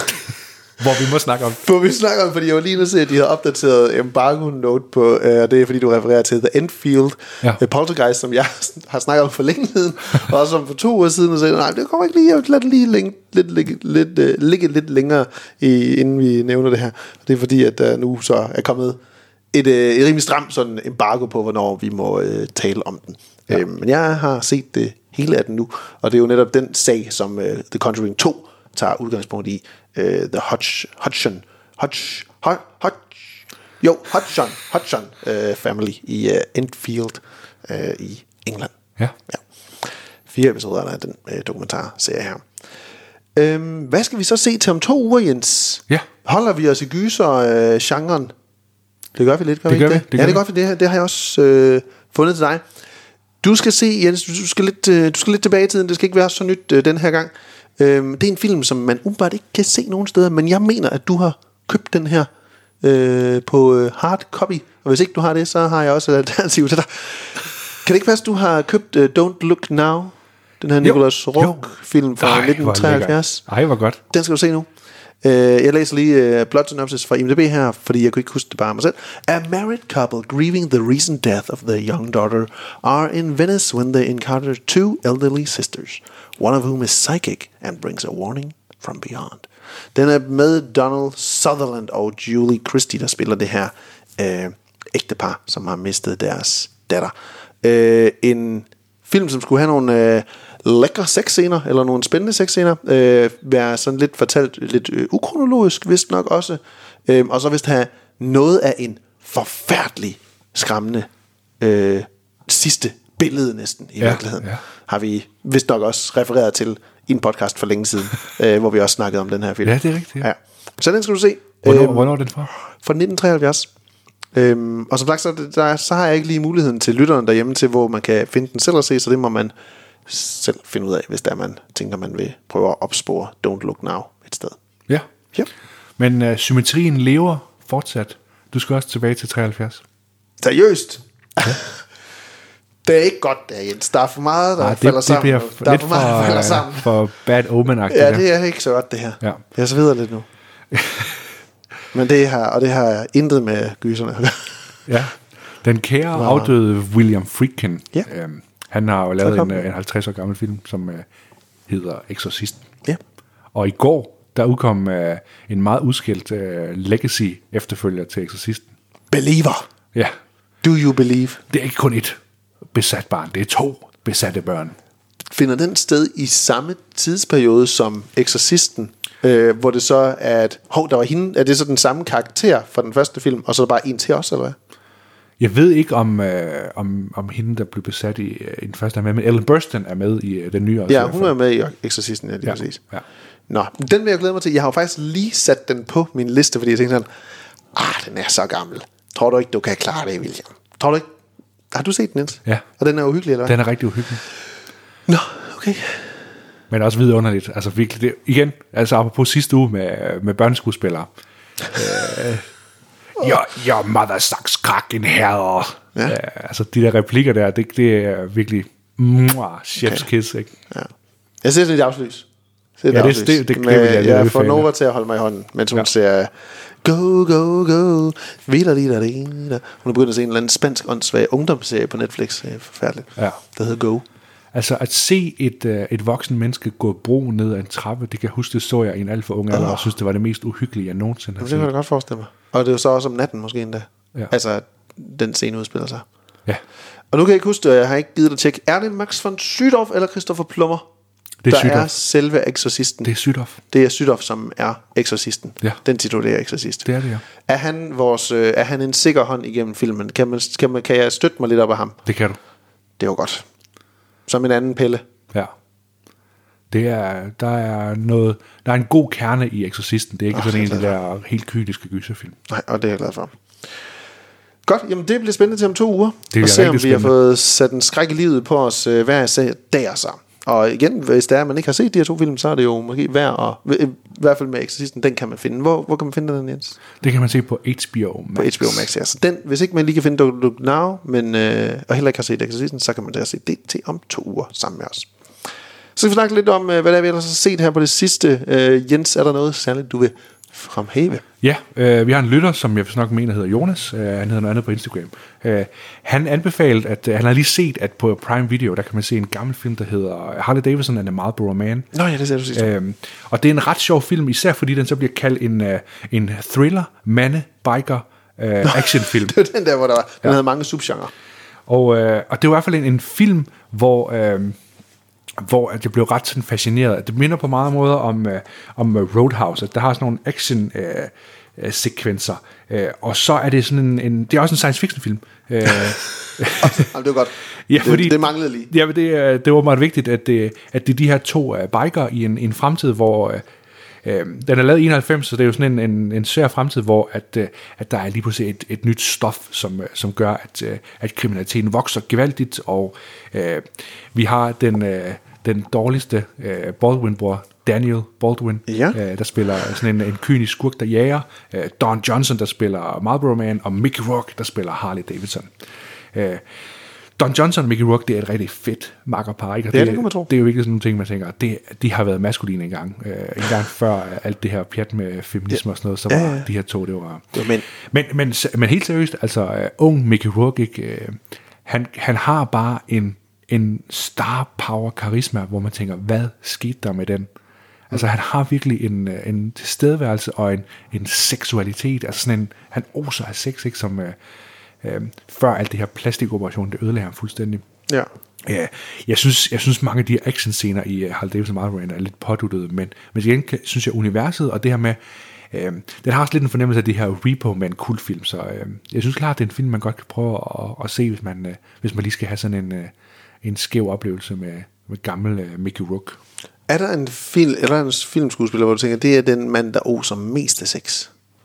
Hvor vi må snakke om. For vi snakker om, fordi jeg var lige nu se, at de har opdateret embargo-note på, uh, det er fordi, du refererer til The Enfield ja. uh, Poltergeist, som jeg har snakket om for længe siden, og også om for to uger siden, og sagde, nej, det kommer ikke lige, jeg vil lade det lige længe, lidt, ligge, lidt, uh, ligge lidt længere, i, inden vi nævner det her. Og det er fordi, at uh, nu så er kommet et, uh, et rimelig stramt sådan embargo på, hvornår vi må uh, tale om den. Ja. Uh, men jeg har set det hele af den nu, og det er jo netop den sag, som uh, The Conjuring to tager udgangspunkt i. Uh, The Hodge, Hodgson, Hodge, Hodge, Hodge, jo, Hodgson, Hodgson uh, family i uh, Enfield uh, i England. Ja. ja. Fire episoder af den uh, dokumentarserie her. Um, hvad skal vi så se til om to uger, Jens? Ja. Holder vi os i gyser-genren? Uh, det gør vi lidt, gør det vi gør ikke vi, det? Ja, det gør gør vi. Det, det har jeg også uh, fundet til dig. Du skal se, Jens, du skal lidt, uh, du skal lidt tilbage i tiden. Det skal ikke være så nyt uh, den her gang. Det er en film, som man umiddelbart ikke kan se nogen steder, men jeg mener, at du har købt den her øh, på øh, hard copy, og hvis ikke du har det, så har jeg også et alternativ til dig. Kan det ikke passe, at du har købt uh, Don't Look Now, den her Nicolas Roeg-film fra nitten treoghalvfjerds? Ej, hvor godt. Den skal du se nu. Uh, jeg læser lige uh, plot synopsis fra I M D B her, fordi jeg kunne ikke huske det bare mig selv. A married couple grieving the recent death of their young daughter are in Venice when they encounter two elderly sisters, one of whom is psychic and brings a warning from beyond. Den er med Donald Sutherland og Julie Christie, der spiller det her uh, ægtepar, som har mistet deres datter. Uh, en film, som skulle have nogle uh, lækre sexscener, eller nogle spændende sexscener, øh, være sådan lidt fortalt, lidt øh, ukronologisk, vist nok også, øh, og så vist have noget af en forfærdelig, skræmmende øh, sidste billede næsten, i ja, virkeligheden. Ja. Har vi vist nok også refereret til i en podcast for længe siden, øh, hvor vi også snakkede om den her film. Ja, det er rigtigt. Ja. Ja. Så den skal du se. Hvornår, øh, hvornår er den fra? Fra nitten treoghalvfjerds. Øhm, og som sagt, så, der, så har jeg ikke lige muligheden til lytteren derhjemme til, hvor man kan finde den selv og se, så det må man selv finde ud af, hvis der man tænker, man vil prøve at opspore Don't Look Now et sted. Ja. Ja. Men uh, symmetrien lever fortsat. Du skal også tilbage til treoghalvfjerds. Seriøst? Ja. Det er ikke godt der, Jens. Der er for meget, der Ej, det, falder det sammen. Bliver der er lidt for meget, der falder sammen. For bad omen-agtigt. Ja, det er ikke så godt, det her. Ja. Jeg er så videre lidt nu. Men det her, og det har intet med gyserne. Ja. Den kære afdøde William Friedkin. Ja. Øhm, han har jo lavet en, en halvtreds år gammel film, som uh, hedder Exorcisten. Ja. Og i går, der udkom uh, en meget udskilt uh, legacy efterfølger til Exorcisten. Believer. Ja. Do you believe? Det er ikke kun et besat barn, det er to besatte børn. Finder den sted i samme tidsperiode som Exorcisten, øh, hvor det så er, at hov, der var hende, er det så den samme karakter fra den første film, og så er der bare en til os, eller hvad? Jeg ved ikke, om, øh, om, om hende, der blev besat i, i den første er med, men Ellen Burstyn er med i øh, den nye også. Ja, hun er med i Exorcisten, ja, lige ja, præcis. Ja. Nå, den vil jeg glæde mig til. Jeg har jo faktisk lige sat den på min liste, fordi jeg tænkte sådan, ah, den er så gammel. Tror du ikke, du kan klare det, William? Tror du ikke? Har du set den, Niels? Ja. Og den er uhyggelig, eller hvad? Den er rigtig uhyggelig. Nå, okay. Men også vidunderligt. Altså virkelig, det, igen, altså apropos sidste uge med, med børneskuespillere. øh, your, your mother sucks cock in hell. Ja. Øh, altså de der replikker der, det, det er virkelig mwah, chef's okay. kiss, ikke? Ja. Jeg ser sådan et afslys. Det ja, det, det, det med, jeg, jeg får Nova til at holde mig i hånden, mens hun ja. siger go, go, go, vida, vida, vida. Hun er begyndt at se en eller anden spansk åndssvag ungdomsserie på Netflix. Det er forfærdeligt. Ja. Der hedder Go. Altså at se et, uh, et voksen menneske gå broen ned ad en trappe, det kan jeg huske, det så jeg i en alt for ung alder, oh. og synes, det var det mest uhyggelige, jeg nogensinde har set. Det kan jeg godt forestille mig. Og det er jo så også om natten måske endda. Ja. Altså, den scene udspiller sig. Ja. Og nu kan jeg ikke huske det, og jeg har ikke givet dig at tjekke. Er det Max von Sydow eller Christopher Plummer? Det er der Sydow. er selve Exorcisten. Det er Sydow. Det er Sydow, som er Exorcisten. Ja. Den titulerer Exorcist. Det er det, ja. Er han, vores, øh, er han en sikker hånd igennem filmen? Kan, man, kan, man, kan jeg støtte mig lidt op af ham? Det kan du. Det er jo godt. Som en anden Pelle. Ja. Det er, der er noget, der er en god kerne i Exorcisten. Det er ikke oh, sådan en af de der helt kyniske gyserfilm. Nej, og det er jeg glad for. Godt, jamen det bliver spændende til om to uger. Det og se om vi spændende. har fået sat en skræk i livet på os øh, hver dag så. Og igen, hvis der er, man ikke har set de her to film, så er det jo måske værd at, i hvert fald med Exorcisten, den kan man finde. Hvor, hvor kan man finde den, Jens? Det kan man se på H B O Max. På H B O Max, ja. Så den, hvis ikke man lige kan finde Don't Look Now, men, øh, og heller ikke har set Exorcisten, så kan man da se det til om to uger sammen med os. Så skal vi snakke lidt om, hvad der er, vi ellers har set her på det sidste. Øh, Jens, er der noget særligt, du vil fremhæve? Ja, øh, vi har en lytter, som jeg nok mener hedder Jonas. Øh, han hedder noget andet på Instagram. Øh, han anbefalede, at øh, han har lige set, at på Prime Video, der kan man se en gammel film, der hedder Harley Davidson and the Marlboro Man. Nå ja, det ser du sidst. Øh, og det er en ret sjov film, især fordi den så bliver kaldt en, øh, en thriller, mande, biker, øh, actionfilm. Det var den der, hvor der var, den ja. havde mange subgenre. Og, øh, og det var i hvert fald en, en film, hvor... Øh, hvor at jeg blev ret sådan fascineret. Det minder på mange måder om, øh, om Roadhouse, at der har sådan nogle action øh, øh, sekvenser, øh, og så er det sådan en, en det er også en science fiction film. Øh, Jamen, det er godt. Ja, fordi, det, det manglede lige. Ja, men det, det var meget vigtigt, at det, at det er de her to uh, biker i en, en fremtid, hvor uh, uh, den er lavet i enoghalvfems, så det er jo sådan en, en, en svær fremtid, hvor at, uh, at der er lige pludselig et, et nyt stof, som, uh, som gør, at, uh, at kriminaliteten vokser gevaldigt, og uh, vi har den, uh, den dårligste uh, Baldwin-bror, Daniel Baldwin, ja. uh, der spiller sådan en, en kynisk skurk, der jager, uh, Don Johnson, der spiller Marlboro Man, og Mickey Rourke, der spiller Harley Davidson. Uh, Don Johnson og Mickey Rourke, det er et rigtig fedt makkerpar, ikke? Og ja, det, det, det, det er jo virkelig sådan nogle ting, man tænker, det, de har været maskuline engang. Uh, en gang før alt det her pjat med feminisme ja. og sådan noget, så var ja, ja. de her to, det var... Ja, men. Men, men, men helt seriøst, altså uh, ung Mickey Rourke, ikke? Uh, han, han har bare en, en star power karisma, hvor man tænker, hvad skete der med den? Altså han har virkelig en, en tilstedeværelse og en, en seksualitet, altså sådan en, han oser af sex, ikke? Som... Uh, Øh, før alt det her plastikoperation, det ødelagde ham fuldstændig. Ja. Ja, jeg synes, jeg synes mange af de her actionscener i uh, Harley Davidson Marlboro Man er lidt påduttede, men, men igen synes jeg universet og det her med, øh, den har også lidt en fornemmelse af det her Repo Man kultfilm, så øh, jeg synes klart, det er en film, man godt kan prøve at, at se, hvis man, øh, hvis man lige skal have sådan en, øh, en skæv oplevelse med, med gammel øh, Mickey Rourke. Er der en film, eller en filmskuespiller, hvor du tænker, det er den mand, der oser mest af sex?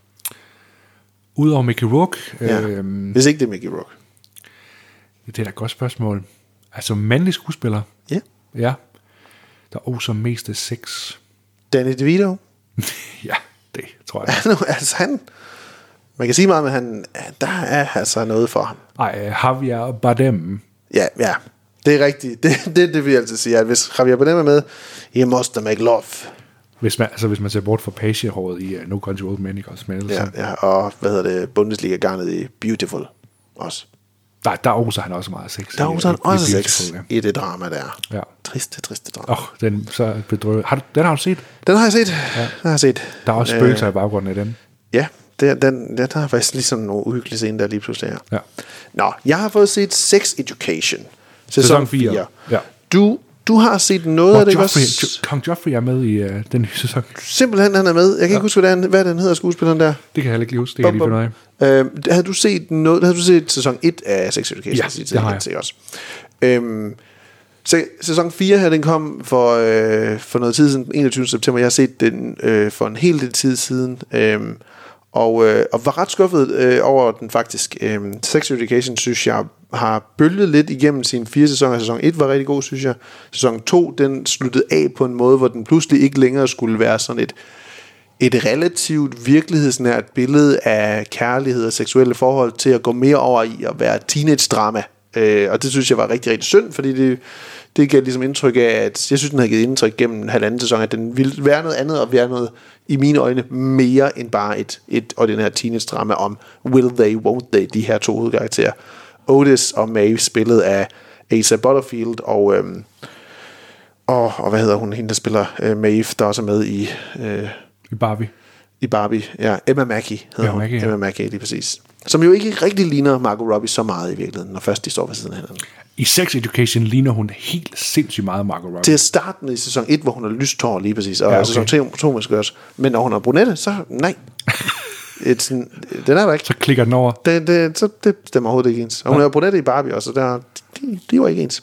Udover Mickey Rourke? Ja. Øh, Hvis ikke det er Mickey Rourke. Det er da et godt spørgsmål. Altså mandlig skuespiller? Ja. Ja. Der oser mest af sex. Danny DeVito? Ja, det tror jeg. Altså, altså han... Man kan sige meget, men han, der er altså noget for ham. Ej, Javier Bardem. Ja, ja. Det er rigtigt. Det er det, det, vi altid siger. At hvis Javier Bardem er med, he must make love. Hvis man, altså hvis man ser bort fra pagehåret i uh, No Country for Old Men, ikke også? Men ja, ja, og hvad hedder det, Bundesliga-garnet i Beautiful også. Der, der oser han også meget sex. Der oser han i, også i sex ja. i det drama der. Ja. Triste, triste drama. Åh, oh, den så bedrøvet. Har du, den har du set? Den har jeg set. Ja. Den har jeg set. Der er også spøgelser øh, i baggrunden af den. Ja, det, den, der er faktisk ligesom nogle uhyggelige scener, der lige pludselig her. Ja. Nå, jeg har fået set Sex Education. Sæson, sæson fire. Ja. Du, du har set noget Hvor af det, Joffrey, også? Kong Joffrey er med i uh, den nye sæson. Simpelthen, han er med. Jeg kan ja. ikke huske, hvad den, hvad den hedder, skuespilleren der. Det kan jeg heller ikke lige huske. Det kan jeg lige finde af. Øh, havde du set noget? Havde du set sæson et af Sex Education? Ja, det har jeg. Også. Øhm, så, sæson fire her, den kom for, øh, for noget tid siden, enogtyvende september. Jeg har set den øh, for en hel del tid siden. Øh, og, øh, og var ret skuffet øh, over den faktisk. Øh, Sex Education, synes jeg, har bølget lidt igennem sine fire sæsoner. Sæson et var rigtig god, synes jeg. Sæson to, den sluttede af på en måde, hvor den pludselig ikke længere skulle være sådan et, et relativt virkelighedsnært billede af kærlighed og seksuelle forhold til at gå mere over i at være teenage-drama. Øh, og det synes jeg var rigtig, rigtig synd, fordi det, det gav ligesom indtryk af, at jeg synes, den havde givet indtryk gennem en halvanden sæson, at den ville være noget andet og være noget, i mine øjne, mere end bare et, et ordinært teenage-drama om will they, won't they, de her to hovedkarakterer. Otis og Maeve, spillet af Asa Butterfield, og, øhm, og, og hvad hedder hun, hende der spiller øh, Maeve, der også er med i... Øh, I Barbie. I Barbie, ja. Emma Mackey hedder Emma hun. Mackey, ja. Emma Mackey, lige præcis. Som jo ikke rigtig ligner Margot Robbie så meget i virkeligheden, når først de står ved siden af hinanden. I Sex Education ligner hun helt sindssygt meget Margot Robbie. Til at starte med i sæson et, hvor hun har lyst hår lige præcis, og ja, okay. sæson to måske også. Men når hun har brunette, så nej. Et sådan, den er der ikke. Så klikker den over. Det, det, så det stemmer overhovedet ikke ens. Og hun ja. er brunette i Barbie også, så der, de, de var ikke ens.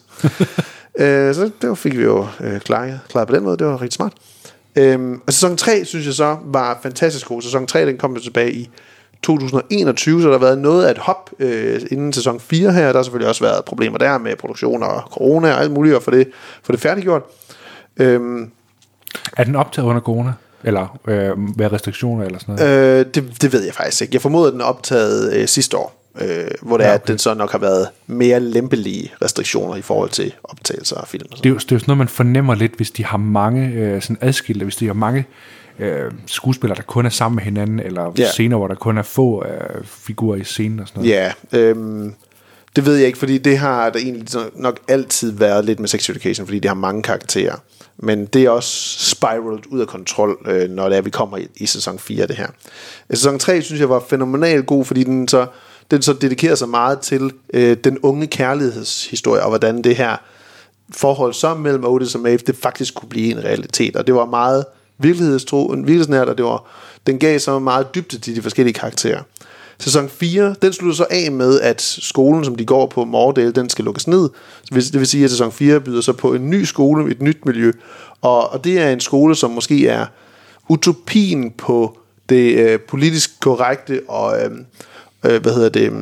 øh, så det fik vi jo øh, klaret, klaret på den måde. Det var rigtig smart. Øhm, og sæson tre, synes jeg så, var fantastisk god. Sæson tre, den kom jo tilbage i to tusind og enogtyve, så der har været noget af et hop øh, inden sæson fire her. Der har selvfølgelig også været problemer der med produktion og corona og alt muligt, og for det, for det færdiggjort. Øhm, er den optaget under corona? Eller øh, hvad restriktioner eller sådan noget? Øh, det, det ved jeg faktisk ikke. Jeg formoder, at den er optaget øh, sidste år, øh, hvor det ja, okay. er, at den så nok har været mere lempelige restriktioner i forhold til optagelser af film. Og det, er jo, det er jo sådan noget, man fornemmer lidt, hvis de har mange øh, sådan adskilte, hvis de har mange øh, skuespillere, der kun er sammen med hinanden, eller ja. scener, hvor der kun er få øh, figurer i scenen og sådan noget. Ja, øh, det ved jeg ikke, fordi det har der egentlig nok altid været lidt med Sex Education, fordi det har mange karakterer. Men det er også spiraled ud af kontrol, øh, når det er, vi kommer i, i sæson fire, det her. Sæson tre, synes jeg, var fænomenalt god, fordi den så, den så dedikerer sig meget til øh, den unge kærlighedshistorie, og hvordan det her forhold så mellem Otis og Maeve, det faktisk kunne blive en realitet. Og det var meget virkelighedstro, virkelighedsnært, og det var, den gav så meget dybde til de forskellige karakterer. Sæson fire, den slutter så af med, at skolen, som de går på, Mordale, den skal lukkes ned. Det vil sige, at sæson fire byder så på en ny skole, et nyt miljø. Og, og det er en skole, som måske er utopien på det øh, politisk korrekte og øh, øh, hvad hedder det,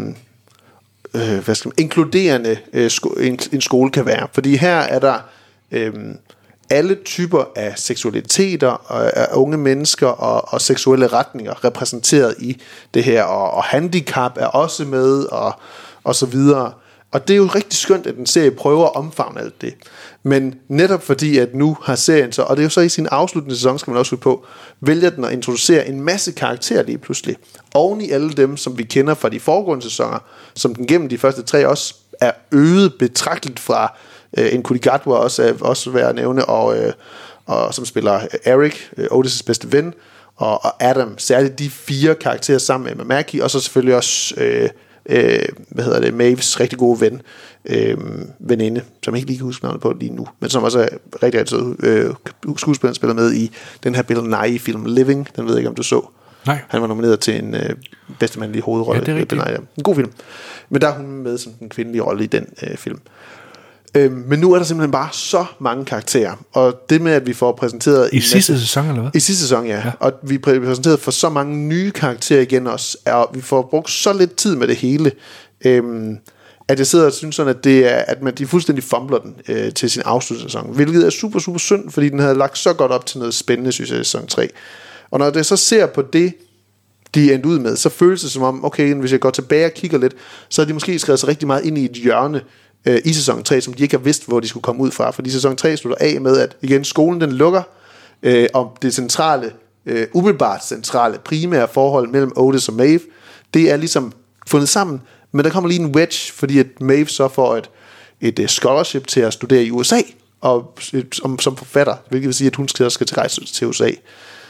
øh, hvad skal man, inkluderende øh, sko- en, en skole kan være. Fordi her er der øh, alle typer af seksualiteter og af unge mennesker og, og seksuelle retninger repræsenteret i det her, og, og handicap er også med, og, og så videre. Og det er jo rigtig skønt, at den serie prøver at omfavne alt det. Men netop fordi, at nu har serien så, og det er jo så i sin afsluttende sæson, skal man også huske på, vælger den at introducere en masse karakterer lige pludselig. Oven i alle dem, som vi kender fra de foregående sæsoner, som den gennem de første tre også er øget betragteligt fra øh, en Kudigatwa også, er også værd at nævne, og, øh, og som spiller Eric, øh, Otis' bedste ven, og, og Adam, særligt de fire karakterer sammen med Mackie, og så selvfølgelig også øh, øh, hvad hedder det, Maeves rigtig gode ven, øh, veninde, som jeg ikke lige kan huske navnet på lige nu, men som også er rigtig rigtig sød, øh, skuespiller, spiller med i den her Bill Nighy film Living, den ved jeg ikke om du så. Nej. Han var nomineret til en øh, bedste mandlige hovedrolle. Ja, det er rigtigt. En god film. Men der er hun med som den kvindelige rolle i den øh, film. Øh, men nu er der simpelthen bare så mange karakterer. Og det med, at vi får præsenteret... I sidste masse, sæson, eller hvad? I sidste sæson, ja. ja. Og vi bliver præsenteret for så mange nye karakterer igen også. Og vi får brugt så lidt tid med det hele. Øh, at jeg sidder og synes sådan, at, det er, at man, de fuldstændig fumbler den øh, til sin afslutningssæson. Hvilket er super, super synd, fordi den havde lagt så godt op til noget spændende, synes jeg, i sæson tre. Og når jeg så ser på det, de er endt ud med, så føles det som om, okay, hvis jeg går tilbage og kigger lidt, så har de måske skrevet sig rigtig meget ind i et hjørne øh, i sæson tre, som de ikke har vidst, hvor de skulle komme ud fra. Fordi sæson tre slutter af med, at igen, skolen den lukker, øh, og det centrale, øh, umiddelbart centrale, primære forhold mellem Otis og Maeve, det er ligesom fundet sammen, men der kommer lige en wedge, fordi at Maeve så får et, et, et scholarship til at studere i U S A, og som, som forfatter, hvilket vil sige, at hun skal, skal til rejse til U S A.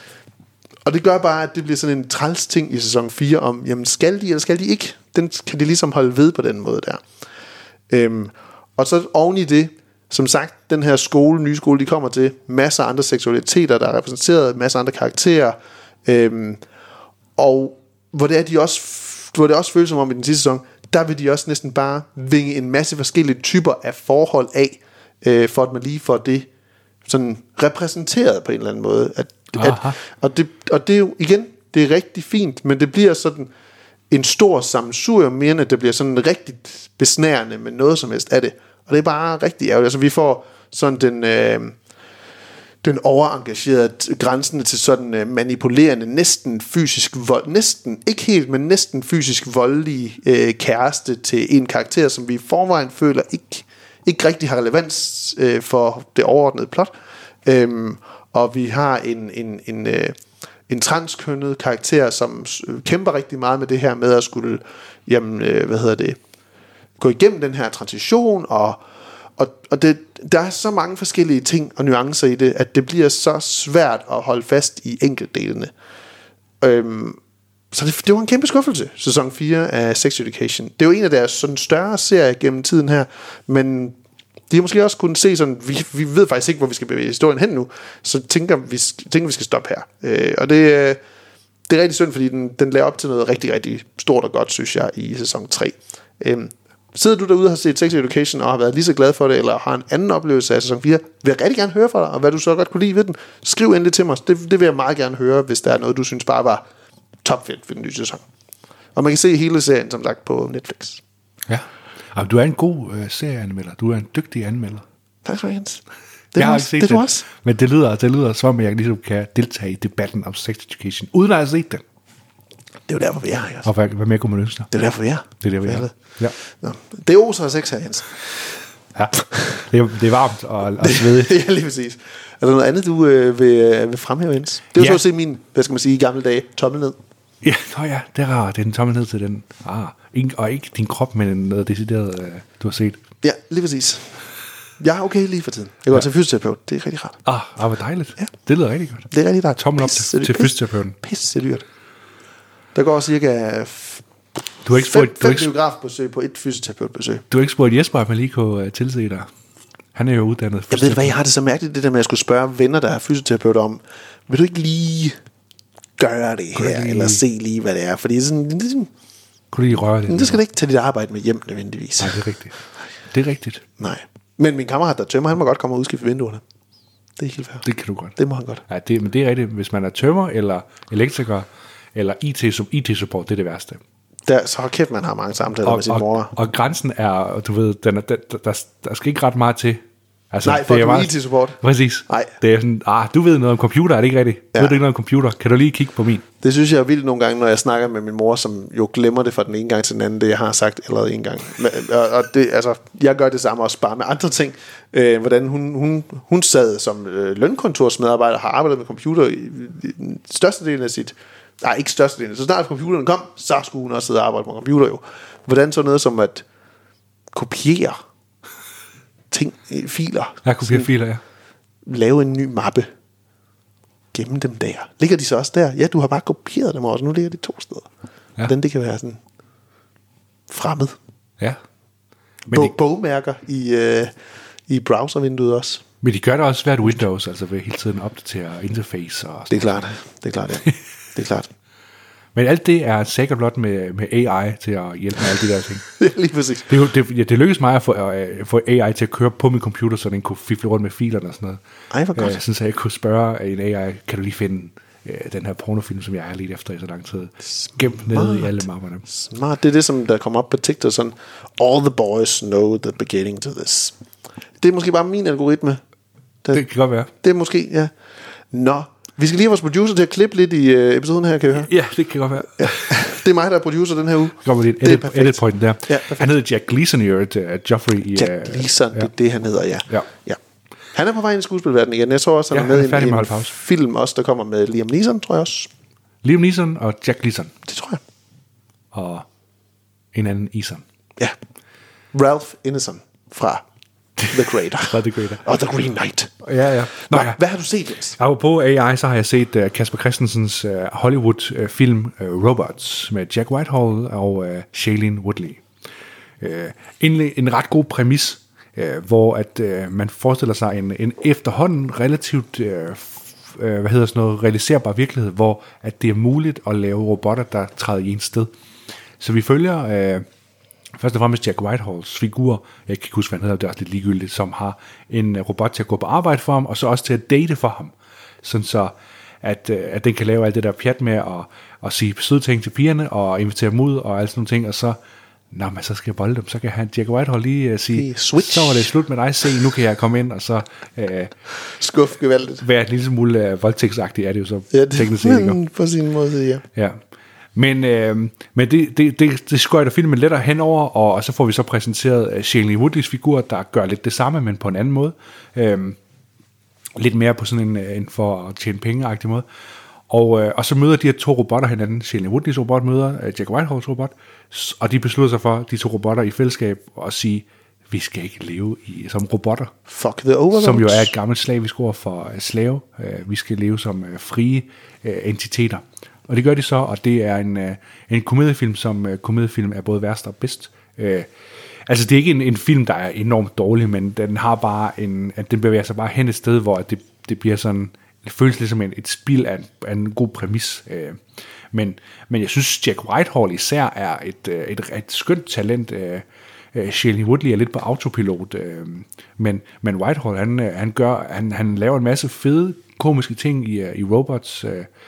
Og det gør bare, at det bliver sådan en træls ting i sæson fire om, jamen skal de, eller skal de ikke? Den kan de ligesom holde ved på den måde der. Øhm, og så oven i det, som sagt, den her skole, nye skole, de kommer til, masser af andre seksualiteter, der er repræsenteret, masser af andre karakterer, øhm, og hvor det er, de også, hvor det også føles som om i den sidste sæson, der vil de også næsten bare vinge en masse forskellige typer af forhold af, øh, for at man lige får det sådan repræsenteret på en eller anden måde, at At, og, det, og det er jo igen, det er rigtig fint, men det bliver sådan en stor sammensurium mere, end at det bliver sådan rigtig besnærende med noget som helst af det. Og det er bare rigtig ærgerligt. Altså vi får sådan den øh, den overengagerede, grænsende til sådan øh, manipulerende, næsten fysisk vold, næsten, ikke helt, men næsten fysisk voldelige øh, kæreste til en karakter, som vi i forvejen føler ikke, ikke rigtig har relevans øh, for det overordnede plot. Øhm, og vi har en en en øh, en transkønnet karakter, som kæmper rigtig meget med det her med at skulle, jamen, øh, hvad hedder det, gå igennem den her transition, og og og det, der er så mange forskellige ting og nuancer i det, at det bliver så svært at holde fast i enkeltdelene. Øhm, så det, det var en kæmpe skuffelse, sæson fire af Sex Education. Det er jo en af deres sådan større serier gennem tiden her, men de har måske også kunnet se sådan, vi, vi ved faktisk ikke, hvor vi skal bevæge historien hen nu, så tænker vi, tænker, vi skal stoppe her. Øh, og det, det er rigtig synd, fordi den, den lader op til noget rigtig, rigtig stort og godt, synes jeg, i sæson tre. Øh, sidder du derude og har set Sex Education og har været lige så glad for det, eller har en anden oplevelse af sæson fire, vil jeg rigtig gerne høre fra dig, og hvad du så godt kunne lide ved den. Skriv endelig til mig, det, det vil jeg meget gerne høre, hvis der er noget, du synes bare var topfedt for den nye sæson. Og man kan se hele serien, som sagt, på Netflix. Ja. Og du er en god øh, serieanmelder. Du er en dygtig anmelder. Tak for Jens. Det jeg er har også, ikke set det, det, du også. Men det lyder, det lyder som, at jeg ligesom kan deltage i debatten om sex education, uden at have set den. Det er jo derfor, vi er her. Og hvad, hvad mere kunne man ønske dig? Det er derfor, vi er. Det er der, vi er. Ja. Nå. Det er oser af sex her, Jens. Ja, det er, det er varmt og, og svedigt. Ja, lige præcis. Er der noget andet, du øh, vil, øh, vil fremhæve, Jens? Det er jo ja. så at se min, hvad skal man sige, i gamle dage, tommel ned. Ja, nå ja, det er, det er en tommel ned til den. Ah, ikke, og ikke din krop, men noget decideret, øh, du har set. Ja, lige præcis. Jeg er okay lige for tiden. Jeg går ja. til fysioterapeut. Det er rigtig rart. Ah, ah hvor dejligt. Ja. Det lyder rigtig godt. Det er rigtig rart. Tommel op til, til fysioterapeuten. Pisse dyrt. Der går cirka du har ikke spurgt, fem, fem fem biografbesøg på et fysioterapeutbesøg. Du har ikke spurgt Jesper, at man lige kunne uh, tilse dig. Han er jo uddannet. Jeg ved hvad, jeg har det så mærkeligt, det der med, at jeg skulle spørge venner, der er fysioterapeuter om, vil du ikke lige gøre det her, lige... eller se lige, hvad det er? Fordi det er sådan, det er sådan, kunne du lige røre det? Det skal du ikke tage dit arbejde med hjem nødvendigvis. Nej, det er rigtigt. Det er rigtigt. Nej. Men min kammerat, der tømmer, han må godt komme og udskifte vinduerne. Det er helt fair. Det kan du godt. Det må han godt. Ja, det, men det er rigtigt. Hvis man er tømmer, eller elektriker, eller I T, som I T-support, det er det værste. Der, så kæft, man har mange samtaler og, med sin og, mor. Og, og grænsen er, du ved, den er, der, der, der skal ikke ret meget til. Altså, Nej, for det er du I T-support. Præcis. Nej. Det er sådan, ah, du ved noget om computer, er det ikke rigtigt? Ja. Ved du ikke noget om computer? Kan du lige kigge på min? Det synes jeg er vildt nogle gange, når jeg snakker med min mor, som jo glemmer det fra den ene gang til den anden, det jeg har sagt allerede en gang. og og det, altså, jeg gør det samme også bare med andre ting. Øh, hvordan hun, hun, hun sad som øh, lønkontorsmedarbejder, har arbejdet med computer i, i den største del af sit... Nej, ikke største del. Så snart computeren kom, så skulle hun også sidde og arbejde på computer jo. Hvordan så noget som at kopiere ting, filer. Ja, kopiere filer, ja. Lave en ny mappe. Gemme dem der. Ligger de så også der? Ja, du har bare kopieret dem også. Nu ligger de to steder. Ja. Hvordan det kan være sådan fremmed. Ja. Men Bog, de... Bogmærker i, øh, i browservinduet også. Men de gør det også hvert Windows, altså ved hele tiden opdatere interface og sådan. Det er klart. Det er klart, ja. Det er klart. Men alt det er sikkert blot med, med A I til at hjælpe med alle de der ting. Ja, lige præcis. Det, det, ja, det lykkedes mig at få, at få A I til at køre på min computer, så den kunne fifle rundt med filerne og sådan noget. Ej, hvor godt. Jeg synes, at jeg kunne spørge en A I, kan du lige finde øh, den her pornofilm, som jeg har lidt efter i så lang tid. Gemt nede i alle mapperne. Smart. Det er det, som der kommer op på TikTok, sådan, all the boys know the beginning to this. Det er måske bare min algoritme. Det, det kan godt være. Det er måske, ja. Nå, vi skal lige have vores producer til at klippe lidt i øh, episoden her, kan vi høre? Ja, det kan godt være. Ja. Det er mig, der er producer den her uge. Det kommer lidt edit, edit pointen der. Ja, han hedder Jack Gleason i øvrigt, uh, Joffrey i... Jack Gleason, uh, ja. Det er det, han hedder, ja. ja. ja. Han er på vej ind i skuespilverdenen igen. Jeg tror også, han ja, er med i en, en film også, der kommer med Liam Neeson, tror jeg også. Liam Neeson og Jack Gleason. Det tror jeg. Og en anden Eason. Ja. Ralph Ineson fra The Creator. Fra The Creator. Og The Green Knight. Ja, ja. Nå, Nå, ja. Hvad har du set, Jens? På A I, så har jeg set uh, Kasper Christensens uh, Hollywood-film uh, Robots med Jack Whitehall og uh, Shailene Woodley. Uh, en, en ret god præmis, uh, hvor at uh, man forestiller sig en, en efterhånden relativt uh, f- uh, hvad hedder sådan noget, realiserbar virkelighed, hvor at det er muligt at lave robotter, der træder i en sted. Så vi følger... Uh, Først og fremmest Jack Whitehalls figur, jeg kan ikke huske, hvad han hedder, det er også lidt ligegyldigt, som har en robot til at gå på arbejde for ham, og så også til at date for ham. Sådan så, at, at den kan lave alt det der pjat med at, at sige søde ting til pigerne, og invitere dem ud, og alt sådan nogle ting, og så, nå, men så skal jeg bolde dem, så kan han, Jack Whitehall lige uh, sige, switch. Så var det slut med dig, se, nu kan jeg komme ind, og så uh, skuffe gevaldigt. Være en lille smule uh, voldtægtsagtigt, er det jo så ja, det, teknisk set, ikke? På sin måde, ja. Ja. Men, øh, men det, det, det, det skøjter filmen lettere henover, og, og så får vi så præsenteret uh, Shailene Woodleys figur, der gør lidt det samme, men på en anden måde. Øh, lidt mere på sådan en, en for at tjene penge-agtig måde. Og, øh, og så møder de her to robotter hinanden. Shailene Woodleys robot møder uh, Jack Whitehalls robot, og de beslutter sig for, de to robotter i fællesskab, at sige, vi skal ikke leve i, som robotter. Fuck the overlords. Som jo er et gammelt slavisk ord for uh, slave. Uh, vi skal leve som uh, frie uh, entiteter. Og det gør de så, og det er en, en komediefilm, som uh, komediefilm er både værst og bedst. Uh, altså det er ikke en, en film, der er enormt dårlig, men den har bare en, at den bevæger sig bare hen et sted, hvor det, det bliver sådan, det føles ligesom en, et spil af en, af en god præmis. Uh, men, men jeg synes, Jack Whitehall især er et, et, et, et skønt talent. Uh, uh, Shailene Woodley er lidt på autopilot, uh, men, men Whitehall, han, han, gør, han, han laver en masse fede komiske ting i, uh, i Robots, uh,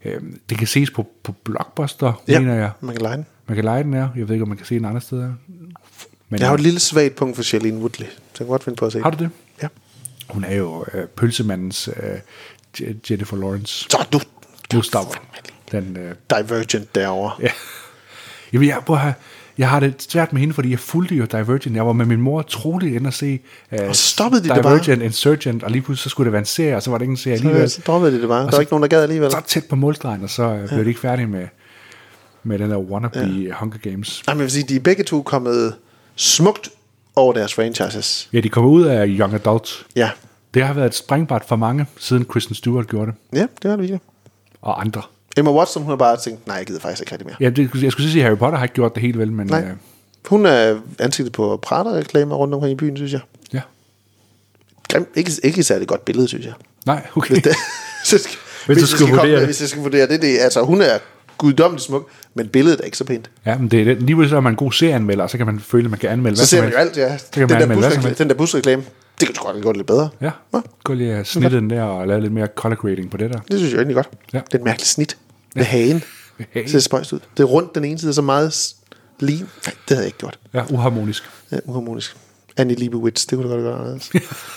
Øh, det kan ses på, på Blockbuster, ja, mener jeg. man kan lege den. Man kan lege den, ja. Jeg ved ikke, om man kan se den andre steder. Men jeg har jo et lille svagt punkt for Shailene Woodley, så jeg kan godt finde på at se. Har du det? Ja. Hun er jo øh, pølsemandens øh, Jennifer Lawrence. Så du... Du stopper. Den, øh, Divergent derovre. Ja. Jamen, jeg, prøv at have, jeg har det svært med hende, fordi jeg fulgte jo Divergent. Jeg var med min mor troligt inde og se uh, og så stoppede de Divergent, det bare. Insurgent, og lige pludselig så skulle det være en serie, og så var det ikke en serie så, alligevel. Så stoppede de det bare. Der var ikke nogen, der gad alligevel. Så tæt på målstregen, og så uh, blev ja. de ikke færdige med, med den der wannabe ja. Hunger Games. Jamen, jeg vil sige, de er begge to kommet smukt over deres franchises. Ja, de kommer ud af Young Adult. Ja. Det har været et springbræt for mange, siden Kristen Stewart gjorde det. Ja, det har det virkelig. Og andre. Emma Watson, hun har bare tænkt, nej, jeg gider faktisk ikke rigtig mere. Ja, det, jeg skulle sige, at Harry Potter har ikke gjort det helt vel, men... Nej. Øh, hun er ansigtet på Prada-reklamer rundt omkring i byen, synes jeg. Ja. Grim, ikke, ikke et særligt godt billede, synes jeg. Nej, okay. Hvis, det, så skal, hvis, hvis, skal komme, det. hvis jeg skal vurdere det, det altså hun er guddommeligt smuk, men billedet er ikke så pænt. Ja, men det er det. Lige hvis man er en god serieanmelder, så kan man føle, at man kan anmelde så hvad ser man jo alt, ja. Den der, busreklame, den der busreklame, det kan du godt have gjort lidt bedre. Ja, ja. Gå lige at snitte den der og lave lidt mere color grading på det der. Det synes jeg egentlig godt. Ja. Det er et mærkeligt snit med ja. hagen. Det ser spøjst ud. Det er rundt den ene side, så meget lige. Nej, det havde jeg ikke gjort. Ja, uharmonisk. Ja, uharmonisk. Annie Leibovitz, det kunne du godt gøre anderledes.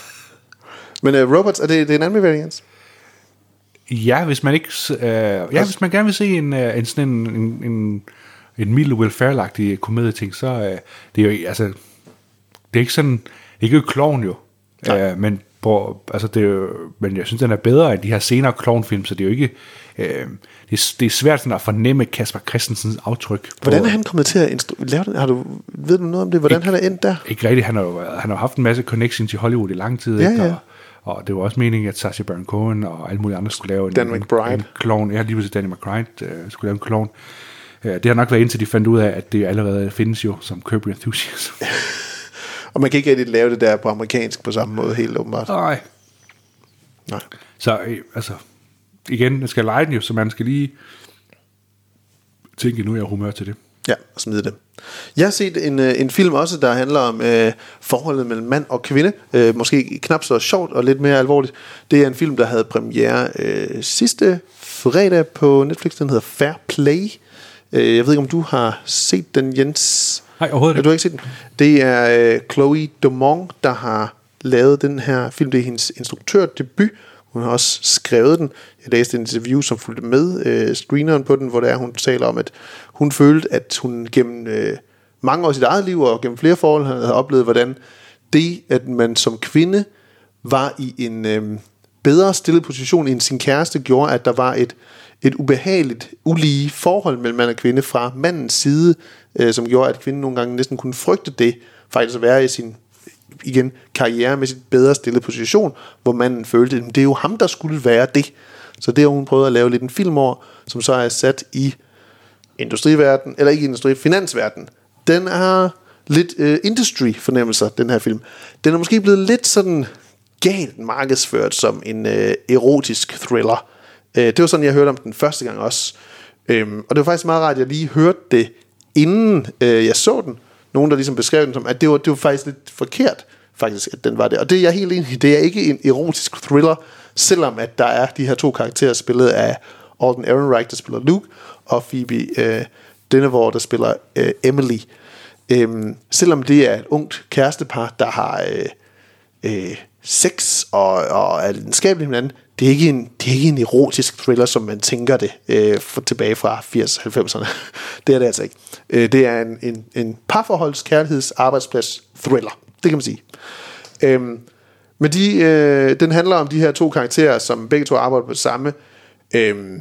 Men uh, Robots, er det, det er en anbefaling, Jens? Ja, hvis man ikke uh, ja, hvis man gerne vil se en, uh, en sådan en, en, en, en mild Will Ferrell-agtig komedieting, så uh, det er jo, altså, det er ikke sådan, det er ikke klovn jo, uh, men, på, altså, det er jo, men jeg synes, den er bedre end de her senere klovnfilm, så det er jo ikke, uh, det, er, det er svært sådan at fornemme Kasper Christensens aftryk. Hvordan er han kommet til at instru- lave den? Har du, ved du noget om det? Hvordan ikke, han er endt der? Ikke rigtigt, han har jo han har haft en masse connections i Hollywood i lang tid, ja, ikke? ja. Og, og det var også meningen, at Sacha Baron Cohen og alle mulige andre skulle lave en, Dan McBride. en klovn. Ja, lige pludselig Danny McBride uh, skulle lave en klovn. Uh, det har nok været indtil de fandt ud af, at det allerede findes jo som Curb Your Enthusiasm. Og man kan ikke rigtig lave det der på amerikansk på samme måde, helt åbenbart. Nej. Nej. Så øh, altså, igen, jeg skal lege den jo, så man skal lige tænke, nu er jeg humør til det. Ja, og smide det. Jeg har set en, en film også, der handler om øh, forholdet mellem mand og kvinde. Øh, måske knap så sjovt og lidt mere alvorligt. Det er en film, der havde premiere øh, sidste fredag på Netflix. Den hedder Fair Play. Øh, jeg ved ikke, om du har set den, Jens? Nej, overhovedet ikke. Du har ikke set den? Det er øh, Chloe Domont, der har lavet den her film. Det er hendes instruktørdebut. Hun har også skrevet den. Jeg læste en interview, som fulgte med øh, screeneren på den, hvor der hun taler om, at hun følte, at hun gennem øh, mange år i sit eget liv og gennem flere forhold havde oplevet, hvordan det, at man som kvinde var i en øh, bedre stillet position end sin kæreste, gjorde, at der var et, et ubehageligt, ulige forhold mellem mand og kvinde fra mandens side, øh, som gjorde, at kvinden nogle gange næsten kunne frygte det, faktisk at være i sin igen karrieremæssigt bedre stillet position, hvor manden følte, at det er jo ham, der skulle være det. Så det har hun prøvet at lave lidt en film over, som så er sat i industriverden, eller ikke industri, finansverden. Den har lidt uh, industry-fornemmelser, den her film. Den er måske blevet lidt sådan galt markedsført som en uh, erotisk thriller. Uh, det var sådan, jeg hørte om den første gang også. Um, og det var faktisk meget rart, at jeg lige hørte det, inden uh, jeg så den. Nogen, der ligesom beskrev den som, at det var, det var faktisk lidt forkert, faktisk, at den var det. Og det er jeg helt enig i. Det er ikke en erotisk thriller, selvom at der er de her to karakterer spillet af Alden Ehrenreich, der spiller Luke, og Phoebe øh, Dynevor, der spiller øh, Emily. Øhm, selvom det er et ungt kærestepar, der har øh, øh, sex og, og er lidenskabelige med hinanden, det er, ikke en, det er ikke en erotisk thriller, som man tænker det øh, for, tilbage fra firs halvfemserne. Det er det altså ikke. Øh, det er en, en, en parforholds, kærligheds, arbejdsplads thriller. Det kan man sige. Øhm, men de, øh, den handler om de her to karakterer, som begge to arbejder på det samme øh,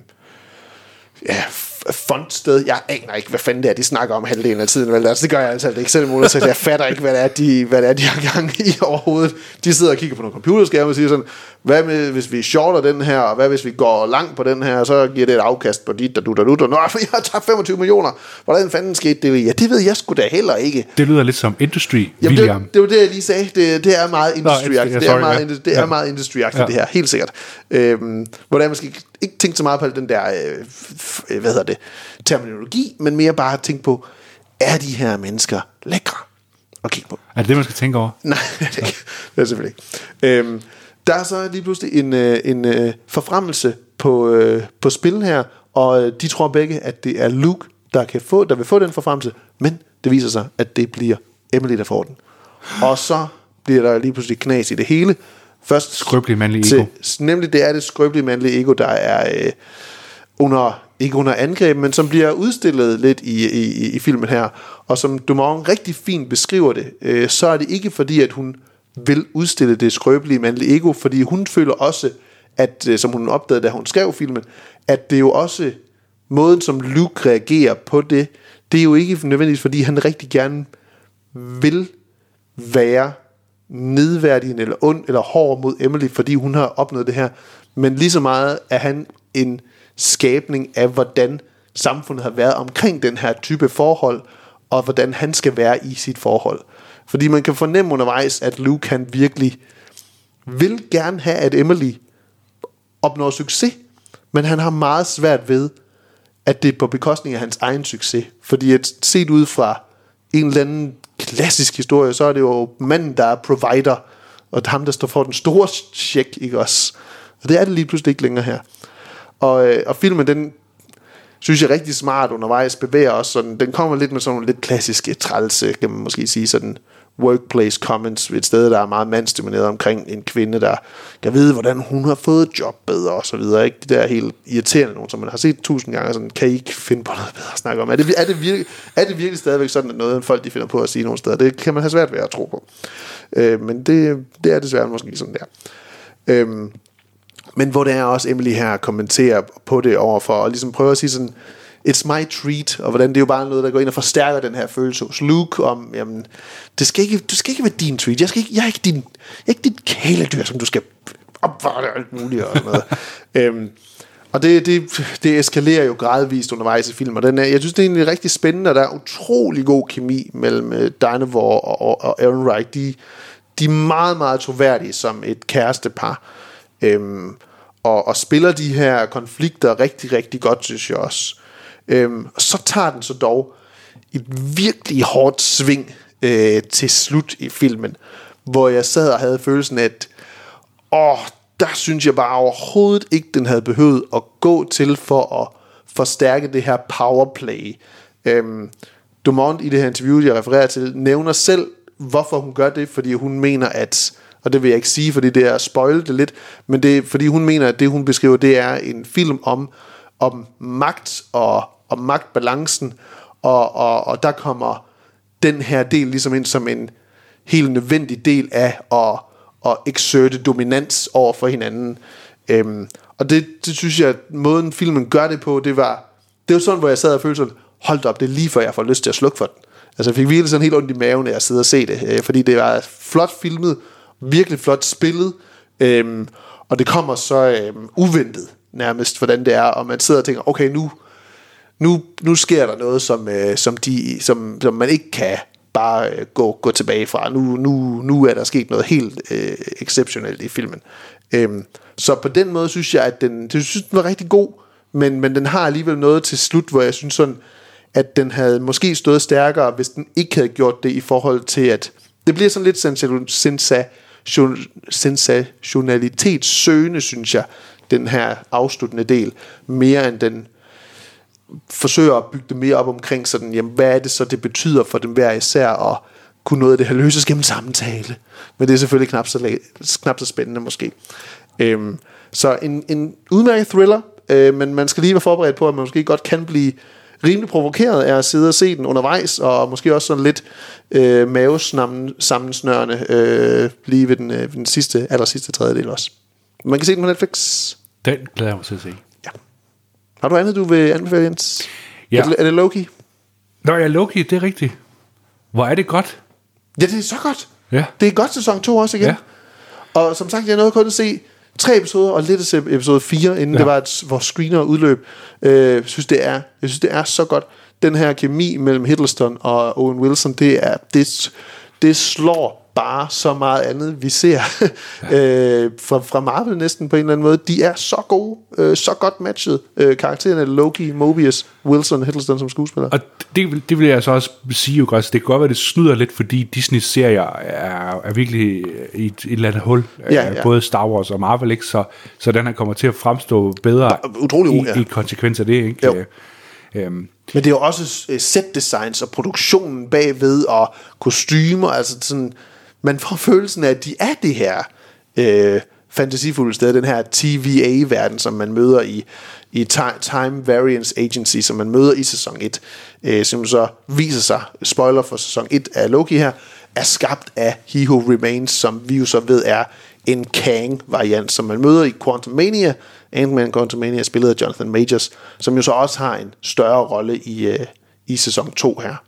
ja, fondsted. Jeg aner ikke, hvad fanden det er, de snakker om halvdelen af tiden. Vel? Altså, det gør jeg altså ikke selv imod, så jeg fatter ikke, hvad det er, de, hvad det er, de har gang i overhovedet. De sidder og kigger på nogle computerskærme og siger sådan, hvad med, hvis vi shorter den her, og hvad hvis vi går langt på den her, så giver det et afkast på dit, og du, og du, og nå, for jeg har tabt femogtyve millioner. Hvordan fanden skete det? Ja, det ved jeg sgu da heller ikke. Det lyder lidt som industry, Jamen, William. Um, det, det var det, jeg lige sagde. Det, det er meget industry-agtigt. Nå, det er meget, ja. det er ja. meget industry-agtigt, ja. det her, helt sikkert. Øhm, hvor der måske ikke tænkt så meget på den der, øh, f- hvad hedder det, terminologi, men mere bare tænke på, er de her mennesker lækre at kigge på? Er det det, man skal tænke over? Nej, det er, ikke. Det er selvfølgelig ikke. Øhm, Der er så lige pludselig en, øh, en øh, forfremmelse på, øh, på spil her, og øh, de tror begge, at det er Luke, der, kan få, der vil få den forfremmelse, men det viser sig, at det bliver Emily, der får den. Og så bliver der lige pludselig knas i det hele. Først skrøbelige mandlige ego. Nemlig det er det skrøbelige mandlige ego, der er øh, under, ikke under angreb, men som bliver udstillet lidt i, i, i filmen her. Og som Dumont rigtig fint beskriver det, øh, så er det ikke fordi, at hun vil udstille det skrøbelige mandlige ego, fordi hun føler også, at, øh, som hun opdagede, da hun skrev filmen, at det er jo også måden, som Luke reagerer på det, det er jo ikke nødvendigvis, fordi han rigtig gerne vil være nedværdigende eller ond eller hård mod Emily, fordi hun har opnået det her, men lige så meget er han en skabning af, hvordan samfundet har været omkring den her type forhold, og hvordan han skal være i sit forhold. Fordi man kan fornemme undervejs, at Luke han virkelig vil gerne have, at Emily opnår succes, men han har meget svært ved, at det er på bekostning af hans egen succes. Fordi at set ud fra en eller anden klassisk historie, så er det jo manden, der er provider, og ham, der står for den store check, ikke også? Og det er det lige pludselig ikke længere her. Og, øh, og filmen, den synes jeg rigtig smart undervejs, bevæger os sådan, den kommer lidt med sådan nogle lidt klassiske trælse, kan man måske sige, sådan workplace comments, et sted, der er meget mandsdomineret omkring en kvinde, der kan vide, hvordan hun har fået job bedre, og så videre, ikke? Det der er helt irriterende nogen, som man har set tusind gange, sådan, kan I ikke finde på noget bedre at snakke om? Er det, er det, virkelig, er det virkelig stadigvæk sådan, at noget, folk de finder på at sige nogle steder? Det kan man have svært ved at tro på. Øh, men det, det er desværre måske sådan der. Øh, men hvor det er også Emily her kommenterer på det overfor, og ligesom prøver at sige sådan, it's my treat, og hvordan det er jo bare noget, der går ind og forstærker den her følelse hos Luke, om, jamen, det skal ikke, det skal ikke være din treat, jeg, skal ikke, jeg er ikke din, jeg er ikke dit kæledyr, som du skal opvare alt muligt, og sådan noget. øhm, og det, det, det eskalerer jo gradvist undervejs i filmen, og den er, jeg synes, det er egentlig rigtig spændende, og der er utrolig god kemi mellem uh, Dynevor og, og, og Ehrenreich. De, de er meget, meget troværdige som et kærestepar, øhm, og, og spiller de her konflikter rigtig, rigtig godt, synes jeg også. Øhm, og så tager den så dog et virkelig hårdt sving øh, til slut i filmen, hvor jeg sad og havde følelsen af, at åh, der synes jeg bare overhovedet ikke, den havde behøvet at gå til for at forstærke det her powerplay. Øhm, Dumont i det her interview, jeg refererer til, nævner selv, hvorfor hun gør det, fordi hun mener, at, og det vil jeg ikke sige, fordi det er spoilet det lidt, men det er, fordi hun mener, at det hun beskriver, det er en film om, om magt og og magtbalancen, og, og, og der kommer den her del ligesom ind som en helt nødvendig del af at, at exerte dominans over for hinanden. Øhm, og det, det synes jeg, at måden filmen gør det på, det var, det var sådan, hvor jeg sad og følte sådan, hold op, det er lige før jeg får lyst til at slukke for den. Altså jeg fik virkelig sådan helt ondt i maven, når jeg sidder og ser det, øh, fordi det var flot filmet, virkelig flot spillet, øhm, og det kommer så øhm, uventet nærmest, hvordan det er, og man sidder og tænker, okay, nu Nu, nu sker der noget, som, øh, som, de, som, som man ikke kan bare øh, gå, gå tilbage fra. Nu, nu, nu er der sket noget helt øh, exceptionelt i filmen. Øhm, så på den måde synes jeg, at den, jeg synes, den var rigtig god, men, men den har alligevel noget til slut, hvor jeg synes sådan, at den havde måske stået stærkere, hvis den ikke havde gjort det i forhold til, at det bliver sådan lidt sensation, sensationalitetssøgende, synes jeg, den her afsluttende del, mere end den forsøger at bygge det mere op omkring sådan, jamen, hvad er det så, det betyder for dem hver især, og kunne noget af det her løses gennem samtale. Men det er selvfølgelig knap så, knap så spændende måske. Øhm, så en, en udmærket thriller, øh, men man skal lige være forberedt på, at man måske godt kan blive rimelig provokeret af at sidde og se den undervejs, og måske også sådan lidt øh, mavesammensnørende øh, lige ved den, øh, den sidste, aller sidste tredjedel også. Man kan se den på Netflix. Den glæder jeg mig til at se. Ja. Har du andet, du vil anbefale, Jens? Ja. Er det, er det Loki? Nå, ja, Loki, det er rigtigt. Hvor er det godt? Ja, det er så godt. Ja. Det er godt sæson to også igen. Ja. Og som sagt, jeg nåede kun at se tre episoder, og lidt at se episode fire, inden ja. det var, et, vores screener udløb. Øh, synes, det er, jeg synes, det er så godt. Den her kemi mellem Hiddleston og Owen Wilson, det er det, det slår bare så meget andet, vi ser øh, fra, fra Marvel næsten på en eller anden måde. De er så gode, øh, så godt matchet. Øh, karaktererne Loki, Mobius, Wilson, Hiddleston som skuespiller. Og det, det vil jeg så også sige, jo, det kan godt være, det snyder lidt, fordi Disney-serier er, er virkelig i et, et eller andet hul. Ja, ja. Både Star Wars og Marvel, ikke? Så, så den her kommer til at fremstå bedre utrolig i, god, ja. i konsekvens af det. Ikke? Jo. Øhm. Men det er jo også set designs og produktionen bagved og kostymer, altså sådan, man får følelsen af, at de er det her øh, fantasifulde sted, den her T V A-verden, som man møder i, i Time Variance Agency, som man møder i sæson et, øh, som så viser sig, spoiler for sæson et af Loki her, er skabt af He Who Remains, som vi jo så ved er en Kang-variant, som man møder i Quantumania. Ant-Man Quantumania, spillet af Jonathan Majors, som jo så også har en større rolle i, øh, i sæson to her.